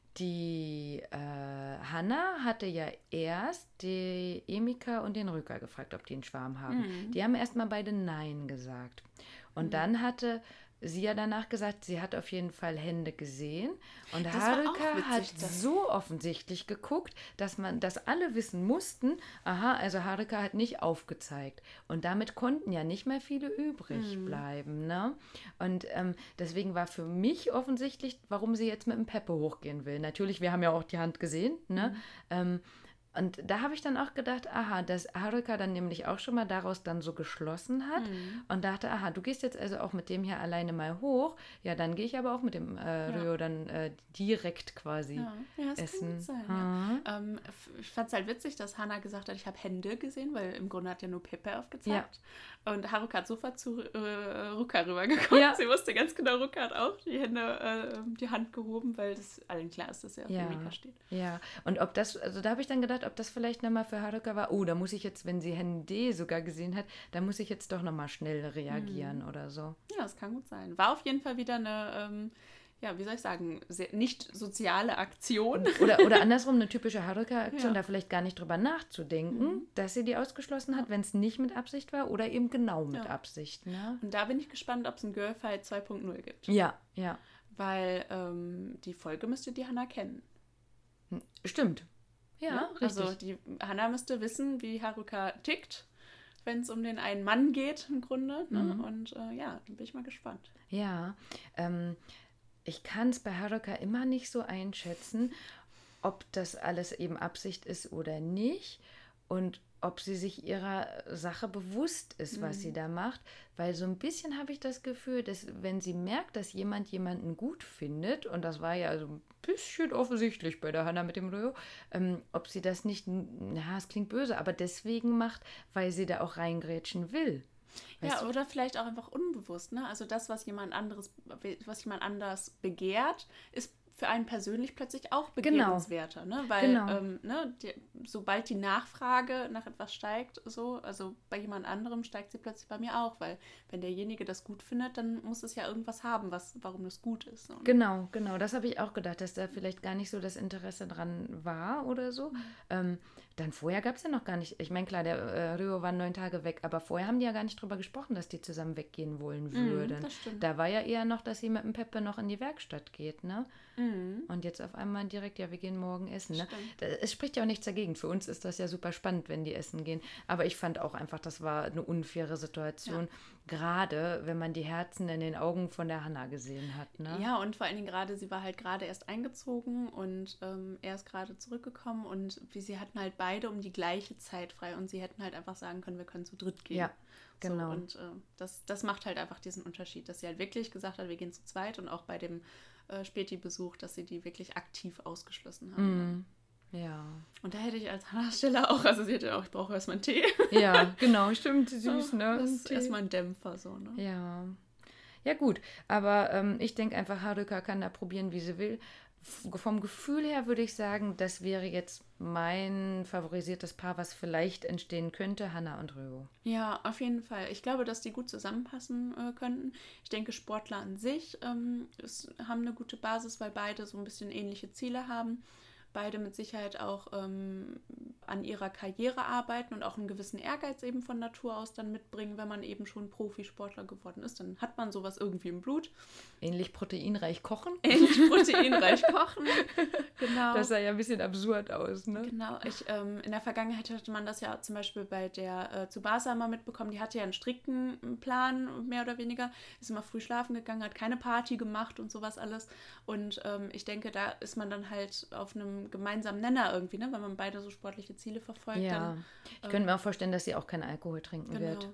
Die äh, Hannah hatte ja erst die Emika und den Rücker gefragt, ob die einen Schwarm haben. Mhm. Die haben erstmal beide Nein gesagt. Und Mhm. dann hatte sie ja danach gesagt, sie hat auf jeden Fall Hände gesehen. Und Das war Haruka auch witzig, hat das- so offensichtlich geguckt, dass man, dass alle wissen mussten, aha, also Haruka hat nicht aufgezeigt. Und damit konnten ja nicht mehr viele übrig Mhm. bleiben. Ne? Und ähm, deswegen war für mich offensichtlich, warum sie jetzt mit dem Peppe hochgehen will. Natürlich, wir haben ja auch die Hand gesehen. Ne? Mhm. Ähm, und da habe ich dann auch gedacht, aha, dass Haruka dann nämlich auch schon mal daraus dann so geschlossen hat Mhm. und dachte, aha, du gehst jetzt also auch mit dem hier alleine mal hoch. Ja, dann gehe ich aber auch mit dem äh, Ja. Ryo dann äh, direkt quasi Ja, ja, das essen. kann gut sein. Mhm. Ja. Ähm, f- ich fand es halt witzig, dass Hannah gesagt hat, ich habe Hände gesehen, weil im Grunde hat ja nur Pepe aufgezeigt. Und Haruka hat sofort zu äh, Ruka rübergeguckt. Ja. Sie wusste ganz genau, Ruka hat auch die Hände, äh, die Hand gehoben, weil das allen klar ist, dass er auf Ja. Emika steht. Ja, und ob das, also da habe ich dann gedacht, ob das vielleicht nochmal für Haruka war, oh, da muss ich jetzt, wenn sie Hände sogar gesehen hat, da muss ich jetzt doch nochmal schnell reagieren Mhm. oder so. Ja, das kann gut sein. War auf jeden Fall wieder eine, ähm, ja, wie soll ich sagen, sehr, nicht soziale Aktion. Oder, oder andersrum eine typische Haruka-Aktion, Ja. da vielleicht gar nicht drüber nachzudenken, Mhm. dass sie die ausgeschlossen hat, wenn es nicht mit Absicht war oder eben genau mit Ja. Absicht. Ne? Und da bin ich gespannt, ob es ein Girlfight zwei Punkt null gibt. Ja, ja. Weil ähm, die Folge müsste die Hannah kennen. Hm, Stimmt. Ja, Ne? richtig. Also die Hannah müsste wissen, wie Haruka tickt, wenn es um den einen Mann geht im Grunde. Ne? Mhm. Und äh, ja, da bin ich mal gespannt. Ja, ähm, ich kann es bei Haruka immer nicht so einschätzen, ob das alles eben Absicht ist oder nicht und ob sie sich ihrer Sache bewusst ist, was Mhm. sie da macht, weil so ein bisschen habe ich das Gefühl, dass wenn sie merkt, dass jemand jemanden gut findet, und das war ja so ein bisschen offensichtlich bei der Hannah mit dem Ryo, ähm, ob sie das nicht, na, es klingt böse, aber deswegen macht, weil sie da auch reingrätschen will. Weißt Ja, du? oder vielleicht auch einfach unbewusst. Ne? Also das, was jemand anderes, was jemand anders begehrt, ist für einen persönlich plötzlich auch begehrenswerter. Ne? Weil Genau. ähm, ne, die, sobald die Nachfrage nach etwas steigt, so, also bei jemand anderem steigt sie plötzlich bei mir auch, weil wenn derjenige das gut findet, dann muss es ja irgendwas haben, was, warum das gut ist. So, ne? Genau, genau. Das habe ich auch gedacht, dass da vielleicht gar nicht so das Interesse dran war oder so. Ähm, dann vorher gab es ja noch gar nicht, ich meine, klar, der äh, Ryo war neun Tage weg, aber vorher haben die ja gar nicht drüber gesprochen, dass die zusammen weggehen wollen würden. Mhm, das stimmt. Da war ja eher noch, dass sie mit dem Peppe noch in die Werkstatt geht, ne? Mhm. Und jetzt auf einmal direkt, ja, wir gehen morgen essen, ne? Stimmt. Da- Es spricht ja auch nichts dagegen. Für uns ist das ja super spannend, wenn die essen gehen. Aber ich fand auch einfach, das war eine unfaire Situation. Gerade, wenn man die Herzen in den Augen von der Hannah gesehen hat, ne? Ja, und vor allen Dingen gerade, sie war halt gerade erst eingezogen und ähm, er ist gerade zurückgekommen und wie sie hatten halt beide um die gleiche Zeit frei und sie hätten halt einfach sagen können, wir können zu dritt gehen. Ja, genau. So, und äh, das, das macht halt einfach diesen Unterschied, dass sie halt wirklich gesagt hat, wir gehen zu zweit und auch bei dem äh, Späti-Besuch, dass sie die wirklich aktiv ausgeschlossen haben. Mm, ja. Und da hätte ich als Hannahs Stelle auch, also sie hätte auch, ich brauche erstmal einen Tee. Ja, genau, stimmt, süß, ne? Das Ein ist Tee. erstmal ein Dämpfer so, ne? Ja. Ja, gut, aber ähm, ich denke einfach, Haruka kann da probieren, wie sie will. F vom Gefühl her würde ich sagen, das wäre jetzt mein favorisiertes Paar, was vielleicht entstehen könnte, Hannah und Ryo. Ja, auf jeden Fall. Ich glaube, dass die gut zusammenpassen äh, könnten. Ich denke, Sportler an sich ähm, ist, haben eine gute Basis, weil beide so ein bisschen ähnliche Ziele haben. Beide mit Sicherheit auch ähm, an ihrer Karriere arbeiten und auch einen gewissen Ehrgeiz eben von Natur aus dann mitbringen, wenn man eben schon Profisportler geworden ist. Dann hat man sowas irgendwie im Blut. Ähnlich proteinreich kochen. Ähnlich proteinreich kochen. Genau. Das sah ja ein bisschen absurd aus, ne? Genau, ich, ähm, in der Vergangenheit hatte man das ja zum Beispiel bei der äh, Tsubasa mal mitbekommen, die hatte ja einen strikten Plan, mehr oder weniger, ist immer früh schlafen gegangen, hat keine Party gemacht und sowas alles und ähm, ich denke, da ist man dann halt auf einem gemeinsamen Nenner irgendwie, ne, wenn man beide so sportliche Ziele verfolgt. Ja, Dann, ich könnte mir auch vorstellen, dass sie auch keinen Alkohol trinken genau. wird.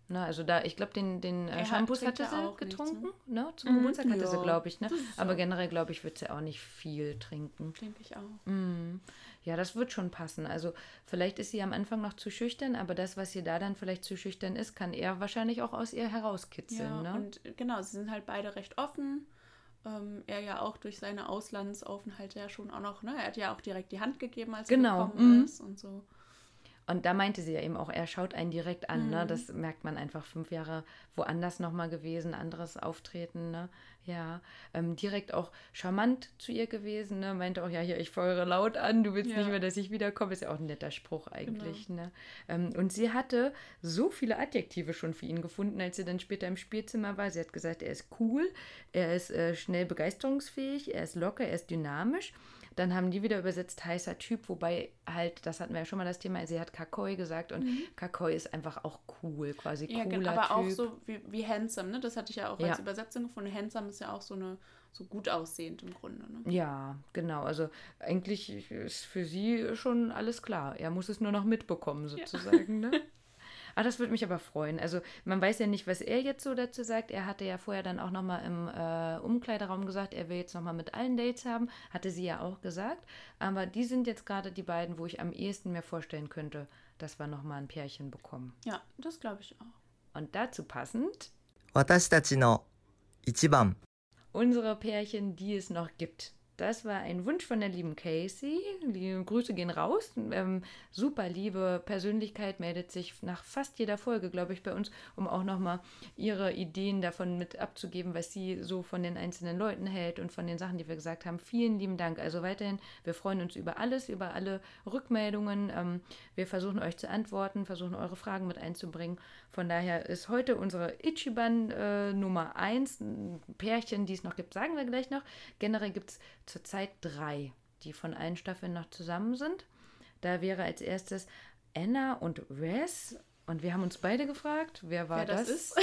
Ne? Also da, ich glaube, den, den äh, Er Shampoos trinkt hatte ja sie auch getrunken. nichts, Ne? Zum Mhm, Geburtstag hatte ja. sie, glaube ich. Ne? Das ist Aber auch- generell, glaube ich, wird sie auch nicht viel trinken. Denke ich auch. Mm. Ja, das wird schon passen. Also vielleicht ist sie am Anfang noch zu schüchtern, aber das, was ihr da dann vielleicht zu schüchtern ist, kann er wahrscheinlich auch aus ihr herauskitzeln. Ja, Ne? und äh, genau, sie sind halt beide recht offen. Ähm, er ja auch durch seine Auslandsaufenthalte ja schon auch noch, ne? Er hat ja auch direkt die Hand gegeben, als Genau, er gekommen mhm. ist und so. Und da meinte sie ja eben auch, er schaut einen direkt an, Mhm. ne? Das merkt man einfach, fünf Jahre woanders nochmal gewesen, anderes Auftreten, ne? Ja, ähm, direkt auch charmant zu ihr gewesen, ne? Meinte auch, ja, hier, ich feuere laut an, du willst Ja. nicht mehr, dass ich wiederkomme. Ist ja auch ein netter Spruch eigentlich, ne? Ähm, und sie hatte so viele Adjektive schon für ihn gefunden, als sie dann später im Spielzimmer war. Sie hat gesagt, er ist cool, er ist äh, schnell begeisterungsfähig, er ist locker, er ist dynamisch. Dann haben die wieder übersetzt, heißer Typ, wobei halt, das hatten wir ja schon mal das Thema, sie hat Kakoi gesagt und Mhm. Kakoi ist einfach auch cool, quasi Ja, cooler gen- aber Typ. auch so wie, wie handsome, ne? Das hatte ich ja auch Ja. als Übersetzung gefunden. Handsome ist ja auch so eine so gut aussehend im Grunde, ne? Ja, genau. Also eigentlich ist für sie schon alles klar. Er muss es nur noch mitbekommen, sozusagen. Ne? Ah, das würde mich aber freuen. Also man weiß ja nicht, was er jetzt so dazu sagt. Er hatte ja vorher dann auch nochmal im äh, Umkleideraum gesagt, er will jetzt nochmal mit allen Dates haben. Hatte sie ja auch gesagt. Aber die sind jetzt gerade die beiden, wo ich am ehesten mir vorstellen könnte, dass wir nochmal ein Pärchen bekommen. Ja, das glaube ich auch. Und dazu passend 私たちの一番 unsere Pärchen, die es noch gibt. Das war ein Wunsch von der lieben Casey. Die Grüße gehen raus. Ähm, super liebe Persönlichkeit, meldet sich nach fast jeder Folge, glaube ich, bei uns, um auch nochmal ihre Ideen davon mit abzugeben, was sie so von den einzelnen Leuten hält und von den Sachen, die wir gesagt haben. Vielen lieben Dank. Also weiterhin, wir freuen uns über alles, über alle Rückmeldungen. Ähm, wir versuchen euch zu antworten, versuchen eure Fragen mit einzubringen. Von daher ist heute unsere Ichiban äh, Nummer eins. Ein Pärchen, die es noch gibt, sagen wir gleich noch. Generell gibt es zurzeit drei, die von allen Staffeln noch zusammen sind. Da wäre als erstes Anna und Wes. Und wir haben uns beide gefragt, wer war Wer das das? ist.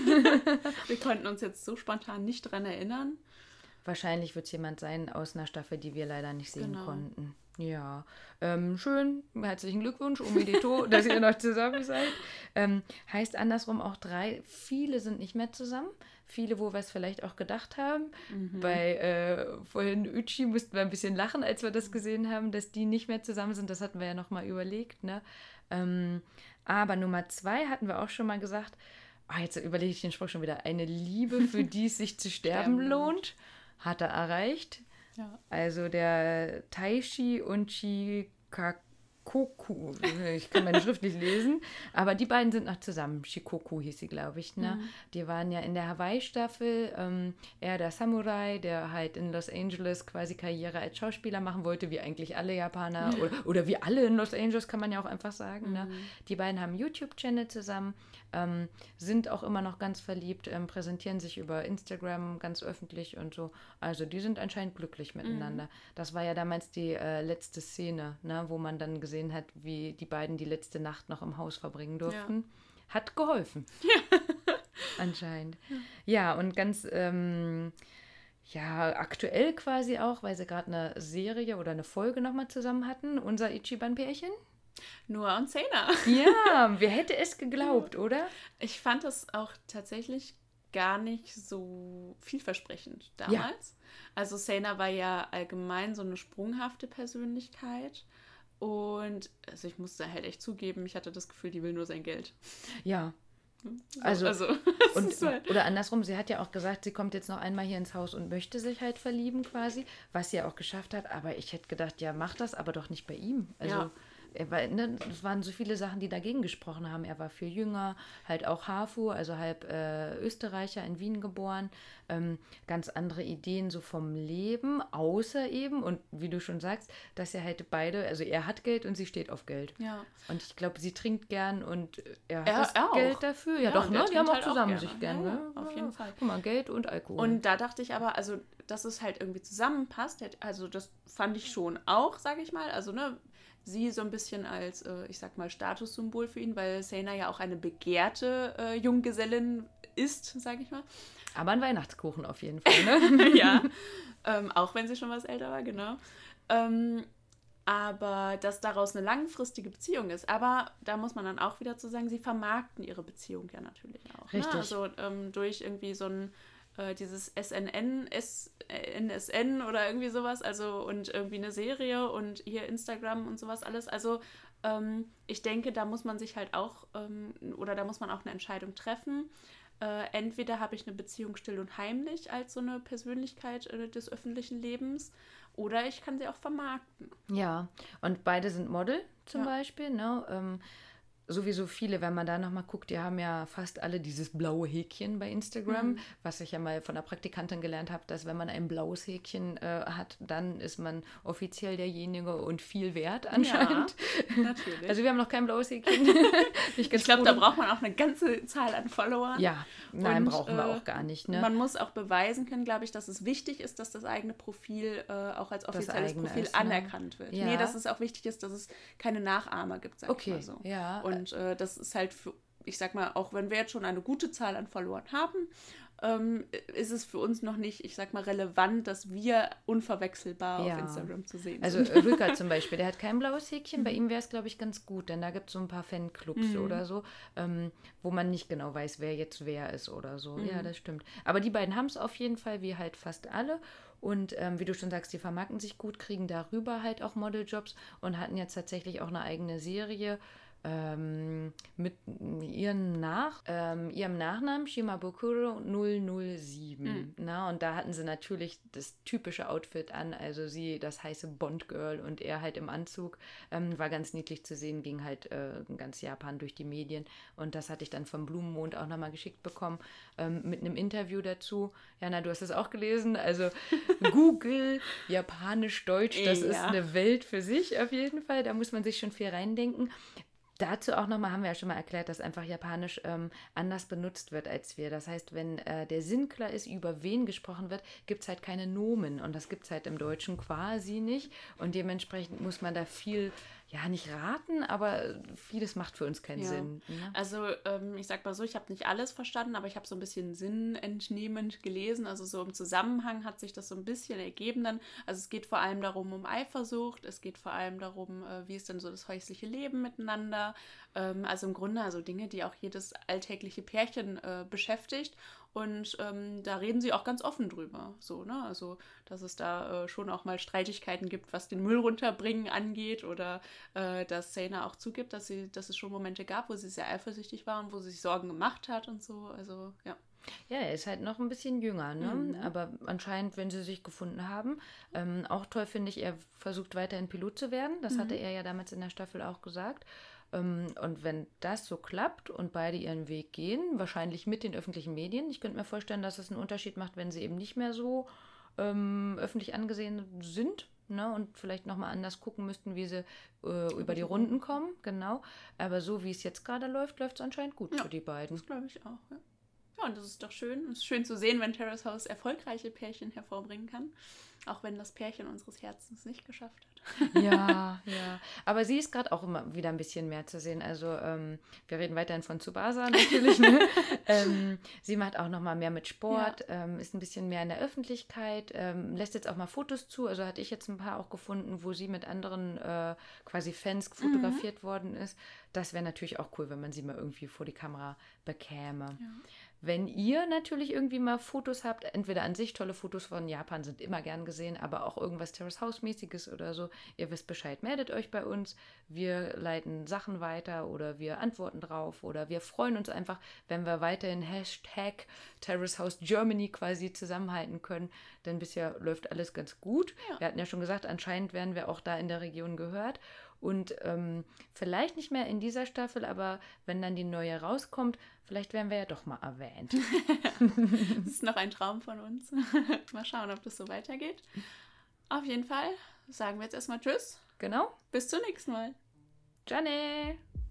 Wir konnten uns jetzt so spontan nicht dran erinnern. Wahrscheinlich wird es jemand sein aus einer Staffel, die wir leider nicht sehen Genau. konnten. Ja, ähm, schön, herzlichen Glückwunsch, Omedito, dass ihr noch zusammen seid. Ähm, heißt andersrum auch drei, viele sind nicht mehr zusammen. Viele, wo wir es vielleicht auch gedacht haben. Mhm. Bei äh, vorhin Uchi mussten wir ein bisschen lachen, als wir das gesehen haben, dass die nicht mehr zusammen sind. Das hatten wir ja nochmal überlegt. Ne? Ähm, aber Nummer zwei hatten wir auch schon mal gesagt. Ah, jetzt überlege ich den Spruch schon wieder. Eine Liebe, für die es sich zu sterben Sterben lohnt, hat er erreicht. Ja. Also der Taishi und Shikoku. Ich kann meine Schrift nicht lesen, aber die beiden sind noch zusammen. Shikoku hieß sie, glaube ich. Ne? Mhm. Die waren ja in der Hawaii-Staffel. Ähm, er der Samurai, der halt in Los Angeles quasi Karriere als Schauspieler machen wollte, wie eigentlich alle Japaner. Oder, oder wie alle in Los Angeles, kann man ja auch einfach sagen. Mhm. Ne? Die beiden haben einen YouTube-Channel zusammen, ähm, sind auch immer noch ganz verliebt, ähm, präsentieren sich über Instagram ganz öffentlich und so. Also die sind anscheinend glücklich miteinander. Das war ja damals die äh, letzte Szene, ne, wo man dann gesehen hat, wie die beiden die letzte Nacht noch im Haus verbringen durften. Hat geholfen. Anscheinend. Ja, und ganz ähm, ja, aktuell quasi auch, weil sie gerade eine Serie oder eine Folge nochmal zusammen hatten, unser Ichiban-Pärchen. Noah und Sena. Ja, wer hätte es geglaubt, oder? Ich fand das auch tatsächlich gar nicht so vielversprechend damals. Also Sena war ja allgemein so eine sprunghafte Persönlichkeit. Und also ich musste halt echt zugeben, ich hatte das Gefühl, die will nur sein Geld. Ja. So, Also, also Und, ist halt- oder andersrum, sie hat ja auch gesagt, sie kommt jetzt noch einmal hier ins Haus und möchte sich halt verlieben quasi, was sie ja auch geschafft hat. Aber ich hätte gedacht, ja, mach das, aber doch nicht bei ihm. Also Ja. er war, ne, es waren so viele Sachen, die dagegen gesprochen haben. Er war viel jünger, halt auch Hafu, also halb äh, Österreicher, in Wien geboren. Ähm, ganz andere Ideen so vom Leben, außer eben, und wie du schon sagst, dass er halt beide, also er hat Geld und sie steht auf Geld. ja. Und ich glaube, sie trinkt gern und er hat Er- das er auch. Geld dafür. Ja, Ja, doch, und ne? er Die haben trinkt auch halt auch zusammen gerne. sich gern, Ja, ne? ja, auf jeden Fall. Guck mal, Geld und Alkohol. Und da dachte ich aber, also, dass es halt irgendwie zusammenpasst, hätte- also das fand ich schon auch, sage ich mal. Also, ne, sie so ein bisschen als, äh, ich sag mal, Statussymbol für ihn, weil Sena ja auch eine begehrte äh, Junggesellin ist, sage ich mal. Aber ein Weihnachtskuchen auf jeden Fall, ne? Ja, ähm, auch wenn sie schon was älter war, genau. Ähm, aber dass daraus eine langfristige Beziehung ist. Aber da muss man dann auch wieder zu sagen, sie vermarkten ihre Beziehung ja natürlich auch. Richtig. Ne? Also ähm, durch irgendwie so ein äh, dieses S N N, S N S N oder irgendwie sowas, also und irgendwie eine Serie und hier Instagram und sowas alles. Also ähm, ich denke, da muss man sich halt auch ähm, oder da muss man auch eine Entscheidung treffen. Äh, entweder habe ich eine Beziehung still und heimlich als so eine Persönlichkeit äh, des öffentlichen Lebens oder ich kann sie auch vermarkten. Ja, und beide sind Model zum Ja. Beispiel, ne? Ähm, sowieso viele, wenn man da nochmal guckt, die haben ja fast alle dieses blaue Häkchen bei Instagram, Mhm. was ich ja mal von der Praktikantin gelernt habe, dass wenn man ein blaues Häkchen äh, hat, dann ist man offiziell derjenige und viel wert anscheinend. Ja, natürlich. Also wir haben noch kein blaues Häkchen. ich glaube, da braucht man auch eine ganze Zahl an Followern. Ja, nein, Und, brauchen wir äh, auch gar nicht. Ne? Man muss auch beweisen können, glaube ich, dass es wichtig ist, dass das eigene Profil äh, auch als offizielles eigene Profil ist, ne? anerkannt wird. Ja. Nee, dass es auch wichtig ist, dass es keine Nachahmer gibt, sag Okay, ich mal so. ja. Und äh, das ist halt für, ich sag mal, auch wenn wir jetzt schon eine gute Zahl an Followern haben, ähm, ist es für uns noch nicht, ich sag mal, relevant, dass wir unverwechselbar Ja. auf Instagram zu sehen Also sind. äh, Rücker zum Beispiel, der hat kein blaues Häkchen. Bei ihm wäre es, glaube ich, ganz gut, denn da gibt es so ein paar Fanclubs Mhm. oder so, ähm, wo man nicht genau weiß, wer jetzt wer ist oder so. Mhm. Ja, das stimmt. Aber die beiden haben es auf jeden Fall, wie halt fast alle. Und ähm, wie du schon sagst, die vermarkten sich gut, kriegen darüber halt auch Modeljobs und hatten jetzt tatsächlich auch eine eigene Serie. Ähm, mit ihren Nach, ähm, ihrem Nachnamen Shimabukuro null null sieben. Mhm. Na, und da hatten sie natürlich das typische Outfit an, also sie, das heiße Bond-Girl und er halt im Anzug. Ähm, war ganz niedlich zu sehen, ging halt äh, ganz Japan durch die Medien und das hatte ich dann vom Blumenmond auch nochmal geschickt bekommen, ähm, mit einem Interview dazu. Jana, du hast es auch gelesen, also Google, Japanisch, Deutsch, das Ja. ist eine Welt für sich auf jeden Fall, da muss man sich schon viel reindenken. Dazu auch nochmal, haben wir ja schon mal erklärt, dass einfach Japanisch ähm, anders benutzt wird als wir. Das heißt, wenn äh, der Sinn klar ist, über wen gesprochen wird, gibt es halt keine Nomen. Und das gibt es halt im Deutschen quasi nicht. Und dementsprechend muss man da viel, ja, nicht raten, aber vieles macht für uns keinen Ja. Sinn. Ne? Also ähm, ich sag mal so, ich habe nicht alles verstanden, aber ich habe so ein bisschen sinnentnehmend gelesen. Also so im Zusammenhang hat sich das so ein bisschen ergeben dann. Also es geht vor allem darum, um Eifersucht. Es geht vor allem darum, äh, wie ist denn so das häusliche Leben miteinander. Ähm, also im Grunde also Dinge, die auch jedes alltägliche Pärchen äh, beschäftigt. Und ähm, da reden sie auch ganz offen drüber. So, ne? Also, dass es da äh, schon auch mal Streitigkeiten gibt, was den Müll runterbringen angeht. Oder äh, dass Sena auch zugibt, dass, sie, dass es schon Momente gab, wo sie sehr eifersüchtig war und wo sie sich Sorgen gemacht hat und so. Also, ja. Ja, er ist halt noch ein bisschen jünger, ne? Mhm. Aber anscheinend, wenn sie sich gefunden haben, ähm, auch toll finde ich, er versucht weiterhin Pilot zu werden. Das Mhm. hatte er ja damals in der Staffel auch gesagt. Ähm, und wenn das so klappt und beide ihren Weg gehen, wahrscheinlich mit den öffentlichen Medien, ich könnte mir vorstellen, dass es einen Unterschied macht, wenn sie eben nicht mehr so ähm, öffentlich angesehen sind. Ne, und vielleicht nochmal anders gucken müssten, wie sie äh, über die Runden kommen. Genau. Aber so wie es jetzt gerade läuft, läuft es anscheinend gut Ja. für die beiden. Das glaube ich auch, ja. Ja, und das ist doch schön. Es ist schön zu sehen, wenn Terrace House erfolgreiche Pärchen hervorbringen kann. Auch wenn das Pärchen unseres Herzens nicht geschafft hat. Ja, ja. Aber sie ist gerade auch immer wieder ein bisschen mehr zu sehen. Also ähm, wir reden weiterhin von Tsubasa natürlich. Ne? ähm, sie macht auch noch mal mehr mit Sport, ähm, ist ein bisschen mehr in der Öffentlichkeit, ähm, lässt jetzt auch mal Fotos zu. Also hatte ich jetzt ein paar auch gefunden, wo sie mit anderen äh, quasi Fans fotografiert worden ist. Das wäre natürlich auch cool, wenn man sie mal irgendwie vor die Kamera bekäme. Ja. Wenn ihr natürlich irgendwie mal Fotos habt, entweder an sich tolle Fotos von Japan sind immer gern gesehen, aber auch irgendwas Terrace House-mäßiges oder so, ihr wisst Bescheid, meldet euch bei uns. Wir leiten Sachen weiter oder wir antworten drauf oder wir freuen uns einfach, wenn wir weiterhin Hashtag Terrace House Germany quasi zusammenhalten können, denn bisher läuft alles ganz gut. Ja. Wir hatten ja schon gesagt, anscheinend werden wir auch da in der Region gehört. Und ähm, vielleicht nicht mehr in dieser Staffel, aber wenn dann die neue rauskommt, vielleicht werden wir ja doch mal erwähnt. Das ist noch ein Traum von uns. Mal schauen, ob das so weitergeht. Auf jeden Fall sagen wir jetzt erstmal Tschüss. Genau. Bis zum nächsten Mal. Janne!